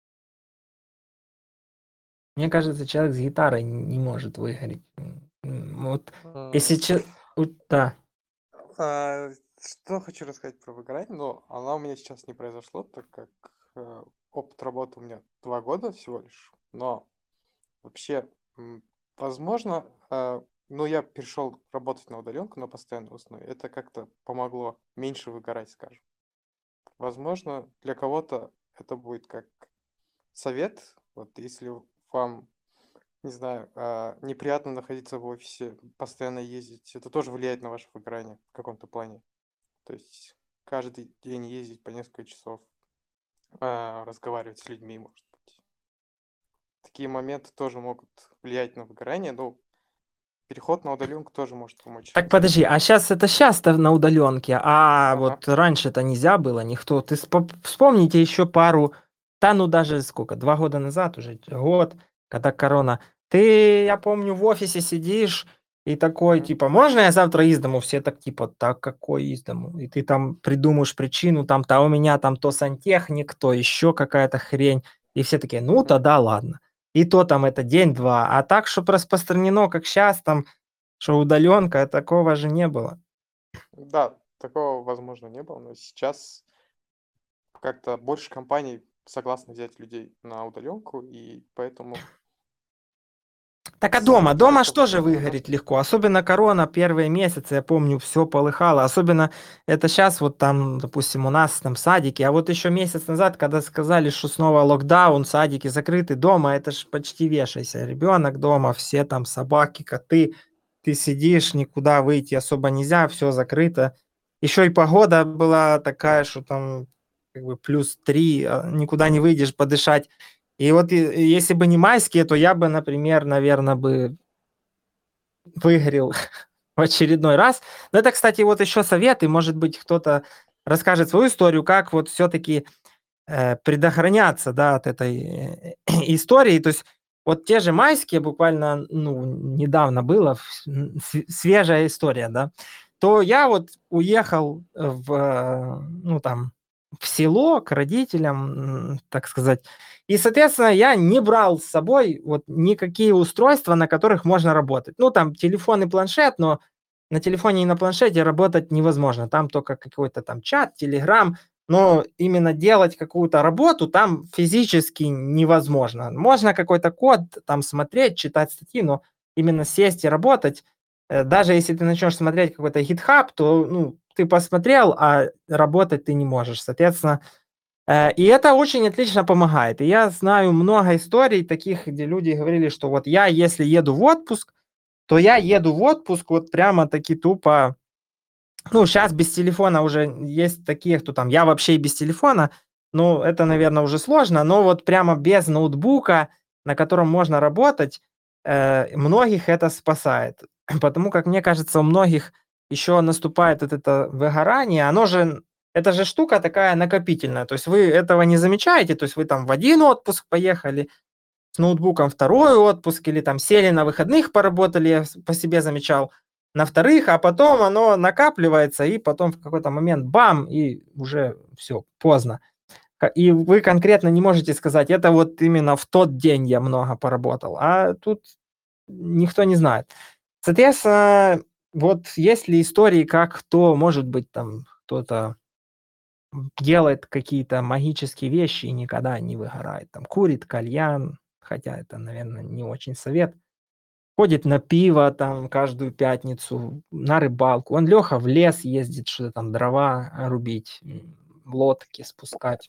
Мне кажется, человек с гитарой не может выгореть. Вот если... Да. Что хочу рассказать про выгорание, но она у меня сейчас не произошло, так как опыт работы у меня 2 года всего лишь. Но вообще, возможно, ну, я перешел работать на удаленку на постоянной основе. Это как-то помогло меньше выгорать, скажем. Возможно, для кого-то это будет как совет. Вот если вам, не знаю, неприятно находиться в офисе, постоянно ездить, это тоже влияет на ваше выгорание в каком-то плане. То есть каждый день ездить по несколько часов, разговаривать с людьми, может быть. Такие моменты тоже могут влиять на выгорание, но переход на удаленку тоже может помочь. Так подожди, а сейчас-то на удаленке, Ага. вот раньше-то нельзя было, никто. Ты вспомните еще пару, ну даже сколько, 2 года назад уже, год, когда корона. Ты, я помню, в офисе сидишь и такой, типа, можно я завтра из дому? Все так, типа, так какой из дому? И ты там придумаешь причину, там-то у меня там то сантехник, то еще какая-то хрень. И все такие, ну тогда ладно. И то там это день-два. А так, чтобы распространено, как сейчас, там, что удаленка, такого же не было. Да, такого, возможно, не было, но сейчас как-то больше компаний согласны взять людей на удаленку, и поэтому Так а дома что же выгореть легко? Особенно корона, первые месяцы, я помню, все полыхало. Особенно это сейчас вот там, допустим, у нас там садики. А вот еще месяц назад, когда сказали, что снова локдаун, садики закрыты, дома, это ж почти вешайся. Ребенок дома, все там собаки, коты. Ты сидишь, никуда выйти особо нельзя, все закрыто. Еще и погода была такая, что там как бы +3, никуда не выйдешь подышать. И вот если бы не майские, то я бы, например, наверное, бы выгорел в очередной раз. Но это, кстати, вот еще советы. Может быть, кто-то расскажет свою историю, как вот все-таки предохраняться, да, от этой истории. То есть вот те же майские, буквально, ну, недавно было, свежая история, да, то я вот уехал ну, там, в село к родителям, так сказать, и, соответственно, я не брал с собой вот никакие устройства, на которых можно работать. Ну, там телефон и планшет, но на телефоне и на планшете работать невозможно. Там только какой-то там чат, телеграм, но именно делать какую-то работу там физически невозможно. Можно какой-то код там смотреть, читать статьи, но именно сесть и работать, даже если ты начнешь смотреть какой-то GitHub, то ну, ты посмотрел, а работать ты не можешь. Соответственно, и это очень отлично помогает. И я знаю много историй таких, где люди говорили, что вот я, если еду в отпуск, то я еду в отпуск вот прямо-таки тупо. Ну, сейчас без телефона уже есть такие, кто там, я вообще и без телефона, ну, это, наверное, уже сложно, но вот прямо без ноутбука, на котором можно работать, многих это спасает. Потому как, мне кажется, у многих еще наступает вот это выгорание, это же штука такая накопительная, то есть вы этого не замечаете, то есть вы там в один отпуск поехали, с ноутбуком второй отпуск или там сели на выходных поработали, я по себе замечал, на вторых, а потом оно накапливается, и потом в какой-то момент бам, и уже все, поздно. И вы конкретно не можете сказать, это вот именно в тот день я много поработал, а тут никто не знает. Соответственно, вот есть ли истории, как кто, может быть, там кто-то делает какие-то магические вещи и никогда не выгорает, там курит кальян, хотя это, наверное, не очень совет. Ходит на пиво там каждую пятницу, на рыбалку. Он, Леха, в лес ездит, что-то там дрова рубить, лодки спускать.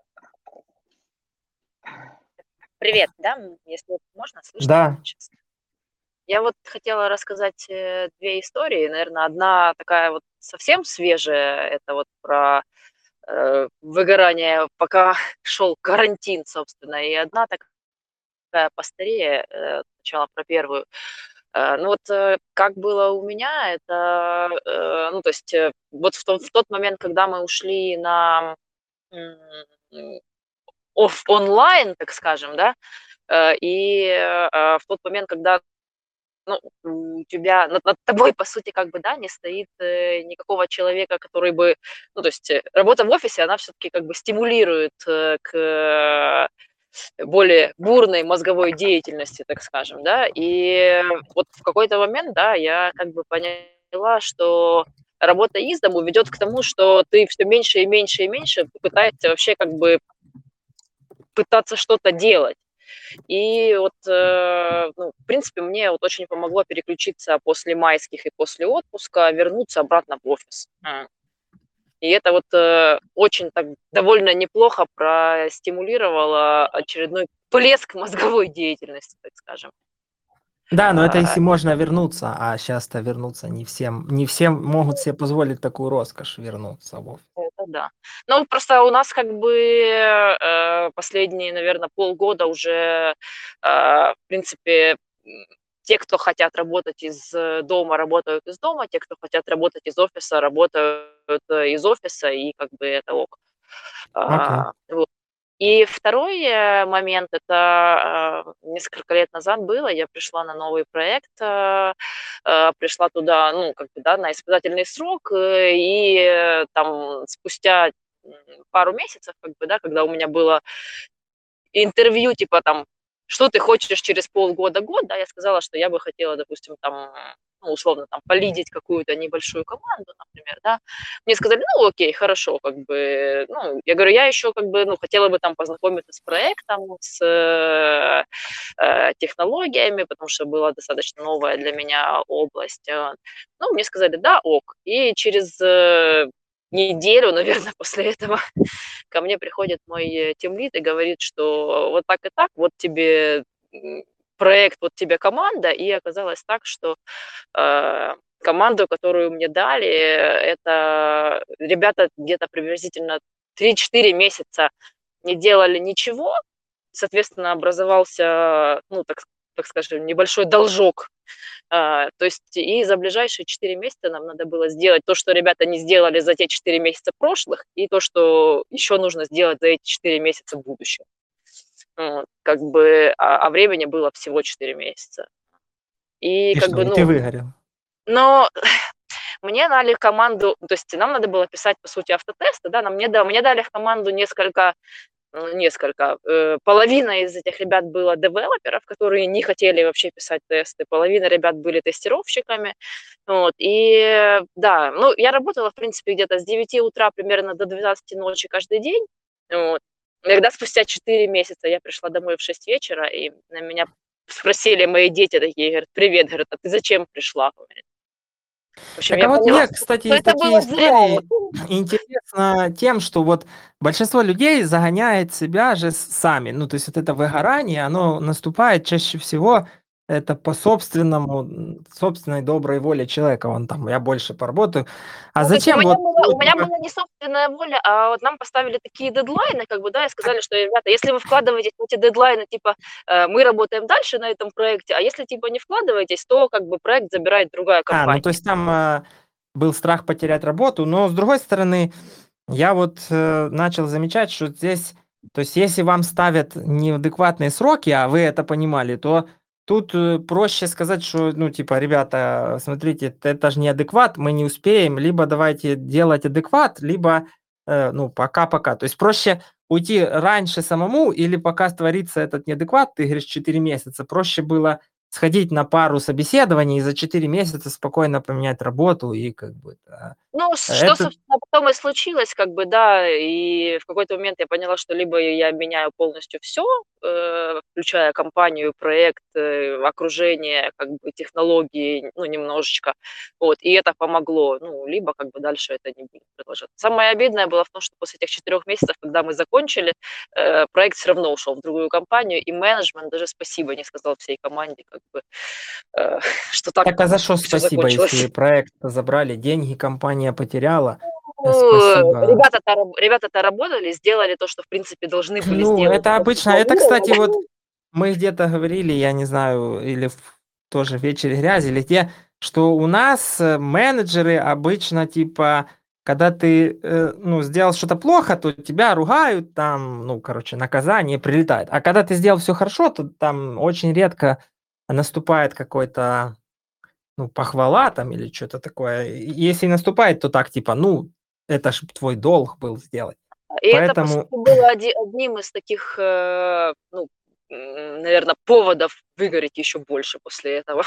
Привет, да, если можно, слышно Да, сейчас? Я вот хотела рассказать две истории. Наверное, одна такая вот совсем свежая, это вот про выгорание, пока шел карантин, собственно, и одна такая постарее, сначала про первую. Ну вот как было у меня, это, ну то есть вот в тот момент, когда мы ушли на онлайн, так скажем, да, и в тот момент, когда ну, у тебя над тобой, по сути, как бы, да, не стоит никакого человека, который бы, ну, то есть работа в офисе, она все-таки как бы стимулирует к более бурной мозговой деятельности, так скажем, да, и вот в какой-то момент, да, я как бы поняла, что работа из дому ведет к тому, что ты все меньше и меньше и меньше пытаешься вообще как бы пытаться что-то делать. И вот, ну, в принципе, мне вот очень помогло переключиться после майских и после отпуска, вернуться обратно в офис. И это вот очень так довольно неплохо простимулировало очередной всплеск мозговой деятельности, так скажем. да, но это если можно вернуться, а сейчас-то вернуться не всем могут себе позволить такую роскошь вернуться в офис. Это да. Ну, просто у нас как бы последние, наверное, полгода уже, в принципе, те, кто хотят работать из дома, работают из дома, те, кто хотят работать из офиса, работают из офиса, и как бы это ок. Окей. Вот. И второй момент, это несколько лет назад было, я пришла на новый проект, пришла туда, ну, как бы, да, на испытательный срок, и там спустя пару месяцев, как бы, да, когда у меня было интервью, типа, там, что ты хочешь через полгода-год, да, я сказала, что я бы хотела, допустим, там, ну, условно, там, полидить какую-то небольшую команду, например, да, мне сказали, ну, окей, хорошо, как бы, ну, я говорю, я еще, как бы, ну, хотела бы там познакомиться с проектом, с технологиями, потому что была достаточно новая для меня область. Ну, мне сказали, да, ок, и через неделю, наверное, после этого ко мне приходит мой тимлид и говорит, что вот так и так, вот тебе проект, вот тебе команда, и оказалось так, что команду, которую мне дали, это ребята где-то приблизительно 3-4 месяца не делали ничего, соответственно, образовался, ну, так скажем, небольшой должок. То есть и за ближайшие 4 месяца нам надо было сделать то, что ребята не сделали за те 4 месяца прошлых, и то, что еще нужно сделать за эти 4 месяца будущего. Как бы, а времени было всего 4 месяца. И И как что, бы, и ты ну, выгорел? но мне дали команду, то есть нам надо было писать, по сути, автотесты, да, мне дали в команду несколько, половина из этих ребят было девелоперов, которые не хотели вообще писать тесты, половина ребят были тестировщиками, вот, и да, ну, я работала, в принципе, где-то с 9 утра примерно до 12 ночи каждый день, вот. Иногда спустя 4 месяца я пришла домой в 6 вечера, и на меня спросили мои дети такие, говорят, привет, говорят, а ты зачем пришла? В общем, Так я а вот поняла, мне, кстати, что из это такие было зря. истории интересно тем, что вот большинство людей загоняет себя же сами. Ну, то есть вот это выгорание, оно наступает чаще всего это по собственной доброй воле человека. Он там, я больше поработаю. А Ну, то есть зачем вот? у меня была не собственная воля, а вот нам поставили такие дедлайны, как бы, да, и сказали, что, ребята, если вы вкладываетесь в эти дедлайны, типа, мы работаем дальше на этом проекте, а если, типа, не вкладываетесь, то, как бы, проект забирает другая Ну компания. то есть там был страх потерять работу, но с другой стороны, я вот начал замечать, что здесь, то есть если вам ставят неадекватные сроки, а вы это понимали, то тут проще сказать, что, ну, типа, ребята, смотрите, это же неадекват, мы не успеем, либо давайте делать адекват, либо, ну, пока-пока. То есть проще уйти раньше самому, или пока творится этот неадекват, ты говоришь, 4 месяца, проще было сходить на пару собеседований и за 4 месяца спокойно поменять работу и как бы, да. Ну, что, Это собственно, потом и случилось, как бы, да, и в какой-то момент я поняла, что либо я меняю полностью все, включая компанию, проект, окружение, как бы, технологии, ну, немножечко, вот, и это помогло, ну, либо, как бы, дальше это не будет продолжаться. Самое обидное было в том, что после этих 4 месяцев, когда мы закончили, проект все равно ушел в другую компанию, и менеджмент даже спасибо не сказал всей команде, как бы, что так Так а за что всё спасибо, закончилось. если проект забрали, деньги компания потеряла? Ну, Спасибо. ребята-то работали, сделали то, что, в принципе, должны были Ну, сделать. это обычно, это, кстати, вот мы где-то говорили, я не знаю, или тоже в вечере грязи, или те, что у нас менеджеры обычно, типа, когда ты, ну, сделал что-то плохо, то тебя ругают, там, ну, короче, наказание прилетает. А когда ты сделал все хорошо, то там очень редко наступает какой-то, ну, похвала там или что-то такое. И если наступает, то так, типа, ну, это ж твой долг был сделать. И это, по Поэтому, сути, было одним из таких, ну, наверно, поводов выгореть еще больше после этого.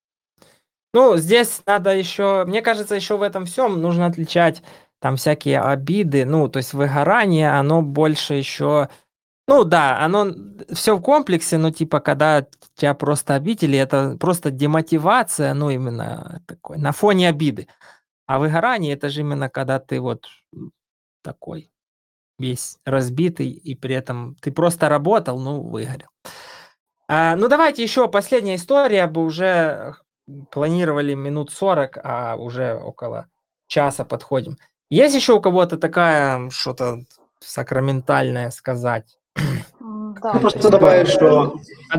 ну, здесь надо еще, мне кажется, еще в этом всем нужно отличать там всякие обиды, ну, то есть выгорание, оно больше еще, ну да, оно все в комплексе, но типа когда тебя просто обидели, это просто демотивация, ну, именно такой, на фоне обиды. А выгорание это же именно когда ты вот такой весь разбитый, и при этом ты просто работал, ну, выгорел. Ну, давайте еще последняя история, бы уже планировали минут 40, а уже около часа подходим. Есть еще у кого-то такая что-то сакраментальное сказать? Да. Просто добавить, что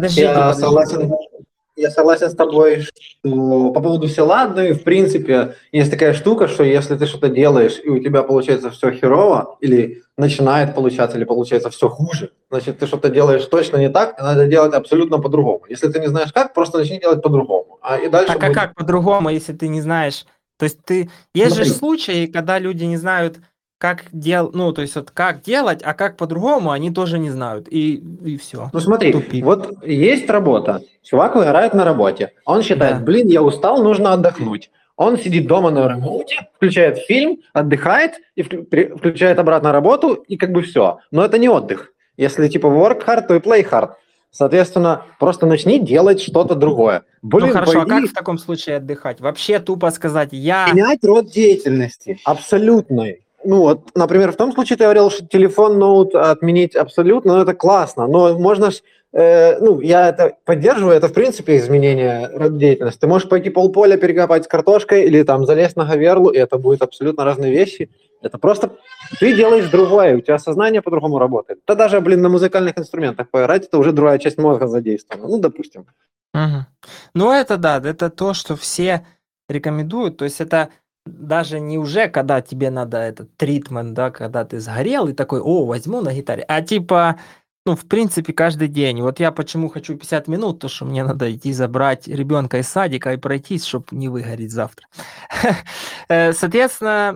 я согласен с тобой, что по поводу все ладно, в принципе, есть такая штука, что если ты что-то делаешь, и у тебя получается все херово, или начинает получаться, или получается все хуже, значит, ты что-то делаешь точно не так, и надо делать абсолютно по-другому. Если ты не знаешь как, просто начни делать по-другому. И дальше так, а как по-другому, если ты не знаешь? То есть есть же случаи, когда люди не знают, ну, то есть вот как делать, а как по-другому, они тоже не знают. И все. Ну смотри, Тупик. вот есть работа, чувак выгорает на работе, он считает, Да. блин, я устал, нужно отдохнуть. Он сидит дома на работе, включает фильм, отдыхает и включает обратно работу, и как бы все. Но это не отдых. Если типа work hard, то и play hard. Соответственно, просто начни делать что-то другое. Блин, Ну хорошо, а пойди как в таком случае отдыхать? Вообще тупо сказать, я... менять род деятельности. Абсолютной. Ну вот, например, в том случае ты говорил, что телефон, ноут отменить абсолютно, ну это классно. Но можно ж, ну я это поддерживаю, это в принципе изменение рода деятельности. Ты можешь пойти полполя перекопать с картошкой или там залезть на говерлу, и это будет абсолютно разные вещи. Это просто ты делаешь другое, у тебя сознание по-другому работает. Да даже, блин, на музыкальных инструментах поиграть, это уже другая часть мозга задействована. Ну, допустим. Мгм. Ну это да, это то, что все рекомендуют. То есть это даже не уже, когда тебе надо этот тритмент, да, когда ты сгорел и такой, о, возьму на гитаре, а типа, ну, в принципе, каждый день. Вот я почему хочу 50 минут, то что мне надо идти забрать ребенка из садика и пройтись, чтобы не выгореть завтра. Соответственно,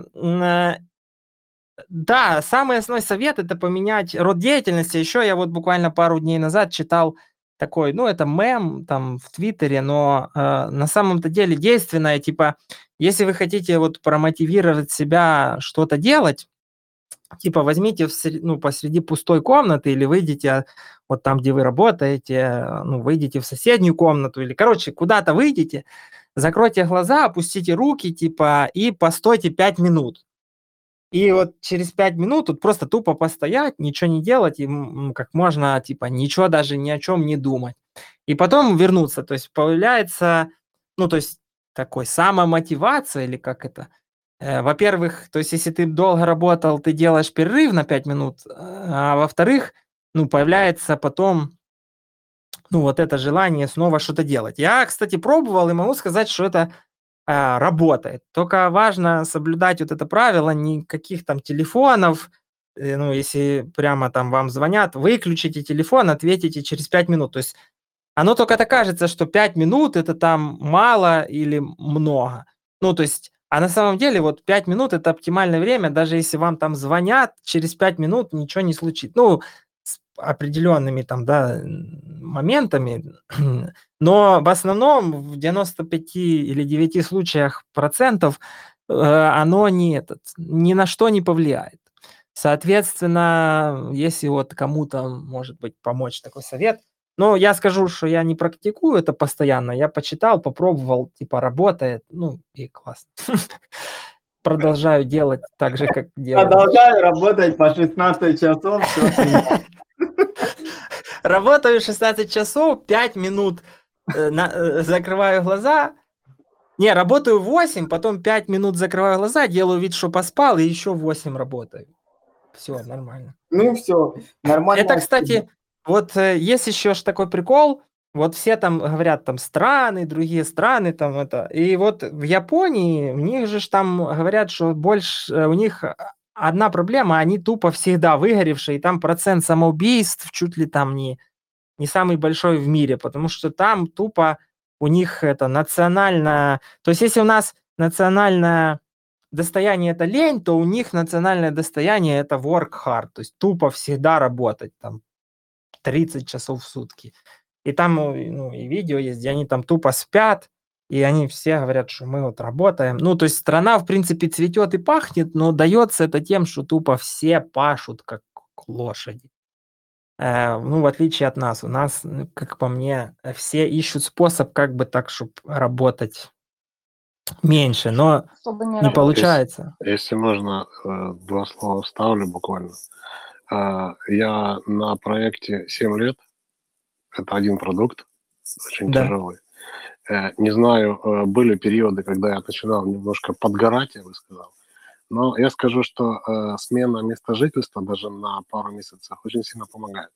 да, самый основной совет – это поменять род деятельности. Еще я вот буквально пару дней назад читал такой, ну, это мем там в Твиттере, но на самом-то деле действенное, типа, если вы хотите вот промотивировать себя что-то делать, типа возьмите ну, посреди пустой комнаты или выйдите вот там, где вы работаете, ну, выйдите в соседнюю комнату или, короче, куда-то выйдите, закройте глаза, опустите руки, типа, и постойте 5 минут. И вот через 5 минут тут просто тупо постоять, ничего не делать, и как можно, типа, ничего даже ни о чем не думать. И потом вернуться. То есть появляется, ну, то есть такой самомотивация или как это. Во-первых, то есть если ты долго работал, ты делаешь перерыв на 5 минут, а во-вторых, ну, появляется потом, ну, вот это желание снова что-то делать. Я, кстати, пробовал и могу сказать, что это работает. Только важно соблюдать вот это правило, никаких там телефонов, ну, если прямо там вам звонят, выключите телефон, ответите через 5 минут. То есть оно только так кажется, что 5 минут это там мало или много. Ну, то есть, а на самом деле вот 5 минут это оптимальное время, даже если вам там звонят, через 5 минут ничего не случится. Ну, с определенными там, да, моментами, но в основном в 95 или 9 случаях процентов оно ни на что не повлияет. Соответственно, если вот кому-то, может быть, помочь такой совет, но я скажу, что я не практикую это постоянно, я почитал, попробовал, типа работает, ну и классно. Продолжаю делать так же, как делаю. Продолжаю работать по 16 часов. Работаю 16 часов, 5 минут закрываю глаза. Не, работаю 8, потом 5 минут закрываю глаза, делаю вид, что поспал, и еще 8 работаю. Все, нормально. Ну все, нормально. Это, кстати, вот есть еще ж такой прикол, вот все там говорят, там страны, другие страны, там это, и вот в Японии, у них же там говорят, что больше, у них одна проблема, они тупо всегда выгоревшие, и там процент самоубийств чуть ли там не самый большой в мире, потому что там тупо у них это национальное, то есть если у нас национальное достояние это лень, то у них национальное достояние это work hard, то есть тупо всегда работать, там 30 часов в сутки. И там, ну, и видео есть, где они там тупо спят, и они все говорят, что мы вот работаем. Ну, то есть страна, в принципе, цветет и пахнет, но дается это тем, что тупо все пашут, как лошади. Ну, в отличие от нас. У нас, как по мне, все ищут способ, как бы так, чтобы работать меньше, но Чтобы не работать. получается. Если можно, 2 слова вставлю буквально. Я на проекте 7 лет. Это один продукт, очень Да. тяжелый. Не знаю, были периоды, когда я начинал немножко подгорать, я бы сказал. Но я скажу, что смена места жительства даже на пару месяцев очень сильно помогает.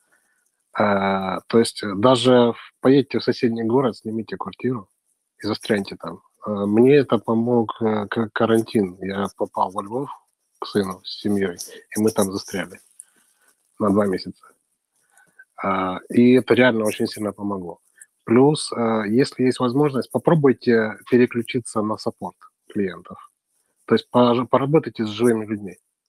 То есть даже поедете в соседний город, снимите квартиру и застряньте там. Мне это помог карантин. Я попал во Львов к сыну с семьей, и мы там застряли на 2 месяца. И это реально очень сильно помогло. Плюс, если есть возможность, попробуйте переключиться на саппорт клиентов. То есть поработайте с живыми людьми.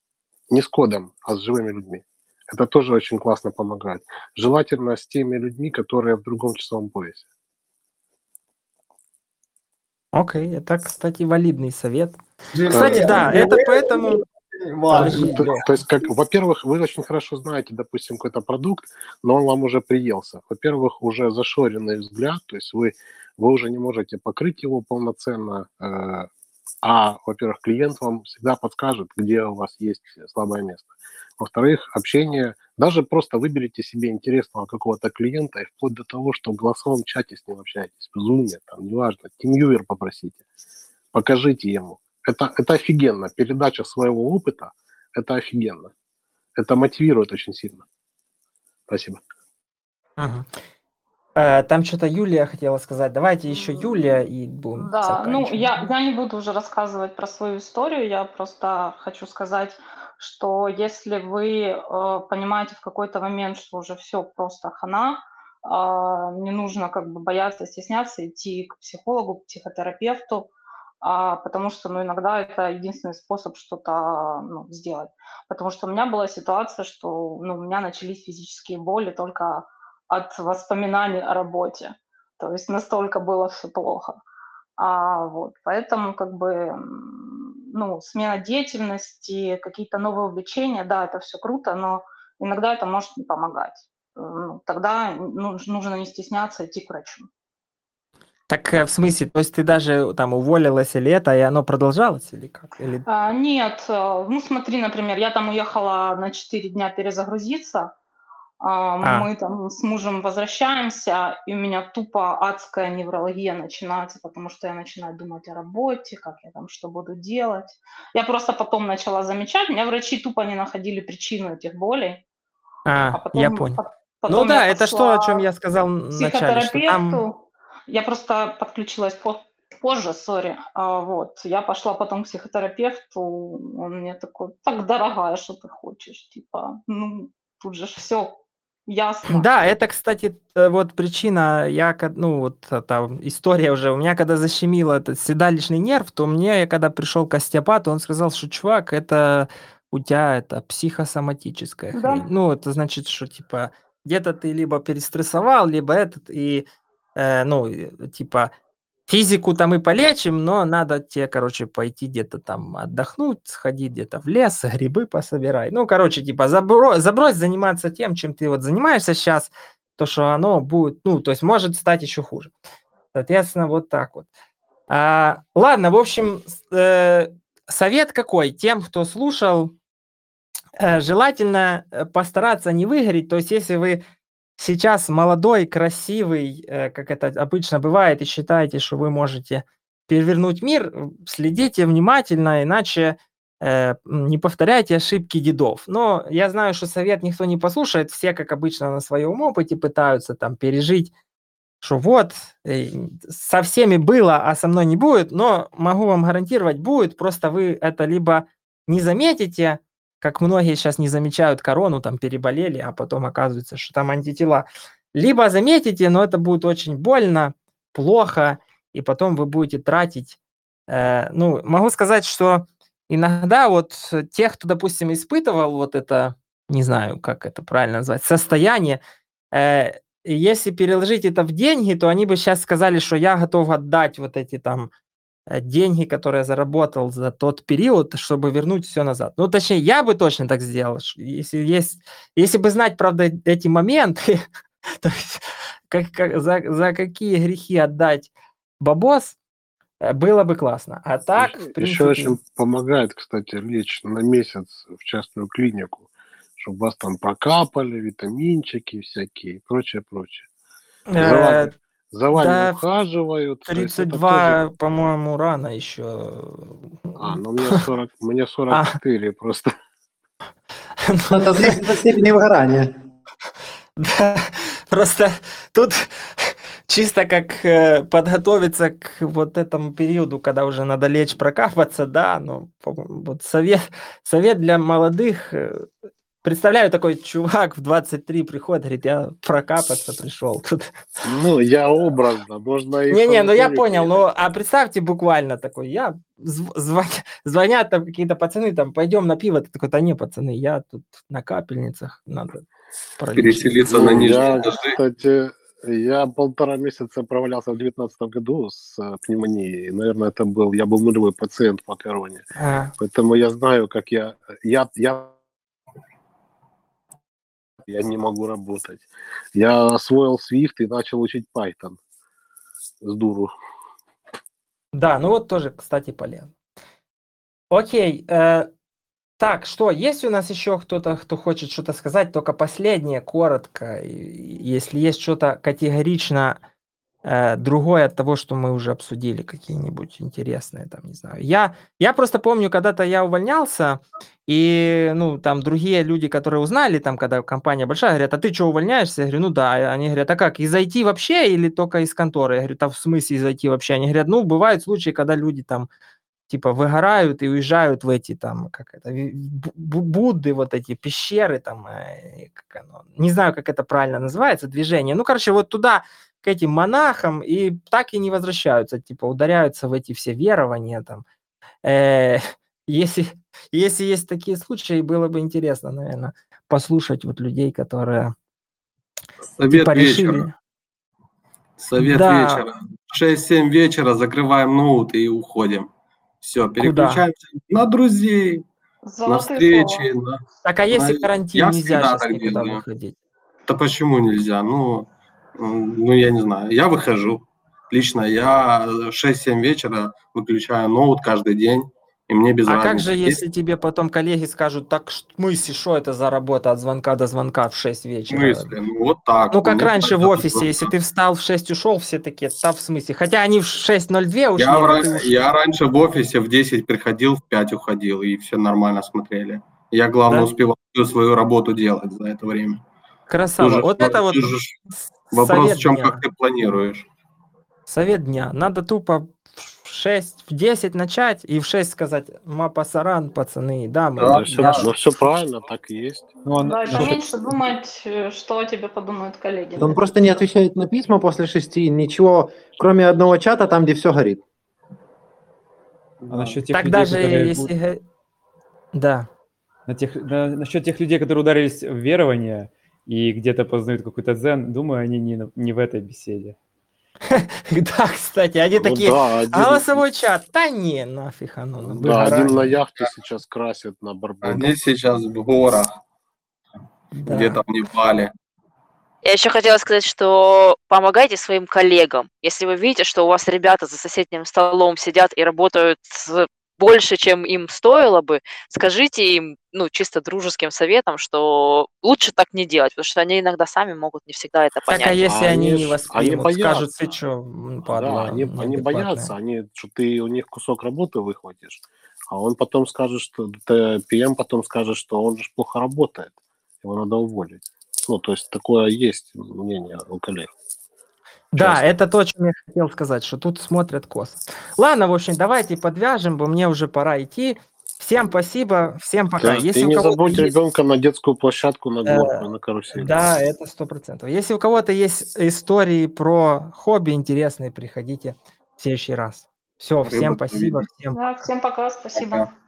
Не с кодом, а с живыми людьми. Это тоже очень классно помогает. Желательно с теми людьми, которые в другом часовом поясе. Окей, это, кстати, валидный совет. Джим, Кстати, да, это поэтому... важно. Подожди, Лёх. То есть, как, во-первых, вы очень хорошо знаете, допустим, какой-то продукт, но он вам уже приелся. Во-первых, уже зашоренный взгляд, то есть вы уже не можете покрыть его полноценно, во-первых, клиент вам всегда подскажет, где у вас есть слабое место. Во-вторых, общение, даже просто выберите себе интересного какого-то клиента и вплоть до того, что в голосовом чате с ним общаетесь, в Zoom, там, неважно, TeamViewer попросите, покажите ему. Это офигенно. Передача своего опыта – это офигенно. Это мотивирует очень сильно. Спасибо. Ага. Там что-то Юлия хотела сказать. Давайте еще Юлия и будем Да, ну заканчивать. я не буду уже рассказывать про свою историю, я просто хочу сказать, что если вы понимаете в какой-то момент, что уже все просто хана, не нужно как бы бояться, стесняться, идти к психологу, к психотерапевту, потому что иногда это единственный способ что-то сделать. Потому что у меня была ситуация, что у меня начались физические боли только от воспоминаний о работе. То есть настолько было все плохо. Поэтому как бы смена деятельности, какие-то новые увлечения, да, это все круто, но иногда это может не помогать. Тогда нужно не стесняться идти к врачу. Так в смысле, то есть ты даже там уволилась или это, и оно продолжалось или как? Или... Нет, смотри, например, я там уехала на 4 дня перезагрузиться, мы там с мужем возвращаемся, и у меня тупо адская неврология начинается, потому что я начинаю думать о работе, как я там что буду делать. Я просто потом начала замечать, у меня врачи тупо не находили причину этих болей. Потом, я понял. Потом да, я это что, о чем я сказал вначале, что там... Я просто подключилась позже, я пошла потом к психотерапевту, он мне такой: так, дорогая, что ты хочешь? Типа, тут же все ясно. Да, это, кстати, вот причина, эта история уже, у меня когда защемило этот седалищный нерв, то я когда пришел к остеопату, он сказал, что, чувак, это у тебя это психосоматическая хрень. Да. Это значит, что, типа, где-то ты либо перестрессовал, либо физику там и полечим, но надо тебе, пойти где-то там отдохнуть, сходить где-то в лес, грибы пособирай. Забрось заниматься тем, чем ты вот занимаешься сейчас, то, что оно будет, то есть может стать еще хуже. Соответственно, вот так вот. Ладно, в общем, совет какой? Тем, кто слушал, желательно постараться не выгореть, то есть если вы сейчас молодой, красивый, как это обычно бывает, и считаете, что вы можете перевернуть мир, следите внимательно, иначе не повторяйте ошибки дедов. Но я знаю, что совет никто не послушает, все, как обычно, на своем опыте пытаются там пережить, что вот, со всеми было, а со мной не будет, но могу вам гарантировать, будет, просто вы это либо не заметите, как многие сейчас не замечают корону, там переболели, а потом оказывается, что там антитела. Либо заметите, но это будет очень больно, плохо, и потом вы будете тратить. Могу сказать, что иногда вот тех, кто, допустим, испытывал вот это, не знаю, как это правильно назвать, состояние, если переложить это в деньги, то они бы сейчас сказали, что я готов отдать вот эти там деньги, которые я заработал за тот период, чтобы вернуть все назад. Точнее, я бы точно так сделал. Если бы знать, правда, эти моменты, то есть за какие грехи отдать бабос, было бы классно. А так, в принципе... Еще очень помогает, кстати, лечь на месяц в частную клинику, чтобы вас там прокапали, витаминчики всякие и прочее. За вами ухаживают. 32, по-моему, рано еще. Мне 44 просто. Это зависит от степени выгорания. Да, просто тут чисто как подготовиться к вот этому периоду, когда уже надо лечь, прокапываться, да, вот совет для молодых, представляю, такой чувак в 23 приходит, говорит, я прокапаться пришел тут. Ну, я образно, можно и Не-не, ну я санаторию понял, поехать. а представьте буквально такой, звонят там какие-то пацаны, там, пойдем на пиво, ты такой, да не, пацаны, я тут на капельницах, надо пролечить. Переселиться на Ну, нижние я, этажи. кстати, я 1,5 месяца провалялся в 2019 году с пневмонией. Наверное, я был нулевой пациент по короне. Поэтому я знаю, как я не могу работать. Я освоил Swift и начал учить Python с дуру. Да, ну вот тоже, кстати, полезно. Окей, так, что, есть у нас еще кто-то, кто хочет что-то сказать, только последнее, коротко, если есть что-то категорично другое от того, что мы уже обсудили, какие-нибудь интересные, там, не знаю. Я просто помню, когда-то я увольнялся, и, ну, там, другие люди, которые узнали, там, когда компания большая, говорят, а ты что, увольняешься? Я говорю, ну, да. Они говорят, а как, из IT вообще или только из конторы? Я говорю, да, в смысле из IT вообще? Они говорят, ну, бывают случаи, когда люди, там, типа, выгорают и уезжают в эти, там, как это, Будды, вот эти пещеры, там, как оно, не знаю, как это правильно называется, движение. Ну, короче, вот туда, к этим монахам, и так и не возвращаются, типа, ударяются в эти все верования, там. Если есть такие случаи, было бы интересно, наверное, послушать вот людей, которые, Совет типа, решили. вечера. Совет Да. вечера. 6-7 вечера закрываем ноут и уходим. Все, переключаемся на друзей, на Золотые встречи. слова. Так, а если карантин, Я нельзя всегда сейчас так никуда делаю. выходить? Да почему нельзя? Ну, я не знаю. Я выхожу. Лично я 6-7 вечера выключаю ноут каждый день, и мне без А разницы. как же, если тебе потом коллеги скажут, так, в смысле, что это за работа от звонка до звонка в 6 В вечера? смысле? Ну, вот так. Ну, как Мне раньше в кажется, офисе, если ты встал в 6, ушел, все такие, да, в смысле. Хотя они в 6:02 ушли, но ты ушел. Я раньше в офисе в 10 приходил, в 5 уходил, и все нормально смотрели. Я, главное, Да? успевал всю свою работу делать за это время. Красава. Тут же, Вот это вот тут же вопрос совет в чем, дня. как ты планируешь. Совет дня. Надо тупо в 6, в 10 начать и в 6 сказать, пасаран, пацаны, да, мы... Да, я- все правильно, так и есть. Да, и поменьше думать, что о тебе подумают коллеги. Он просто не отвечает на письма после 6, ничего, кроме одного чата, там, где все горит. А насчет тех Так людей, даже которые... если... Да. Насчет тех людей, которые ударились в верование и где-то познают какой-то дзен, думаю, они не в этой беседе. Да, кстати, они Ну такие, да, один- голосовой чат, да не, нафиг оно. нам, Да, один выгорание. на яхте сейчас красит на Барбадос. Они сейчас в горах, Да. где-то в Непале. Я еще хотела сказать, что помогайте своим коллегам. Если вы видите, что у вас ребята за соседним столом сидят и работают больше, чем им стоило бы, скажите им, ну, чисто дружеским советом, что лучше так не делать, потому что они иногда сами могут не всегда это Так, а понять. если они не Они воспримут, боятся. скажут, ты что, Да, падла, они боятся, что ты у них кусок работы выхватишь, а он потом скажет, что PM потом скажет, что он же плохо работает, его надо уволить. Ну, то есть такое есть мнение у коллег. Да, Часто. это то, о чем я хотел сказать, что тут смотрят косо. Ладно, в общем, давайте подвяжем, бо мне уже пора идти. Всем спасибо, всем пока. Ты не забудь ребенка на детскую площадку, на горку, на карусель. Да, это 100%. Если у кого-то есть истории про хобби интересные, приходите в следующий раз. Все, всем спасибо. Всем Да, всем пока, спасибо. Пока.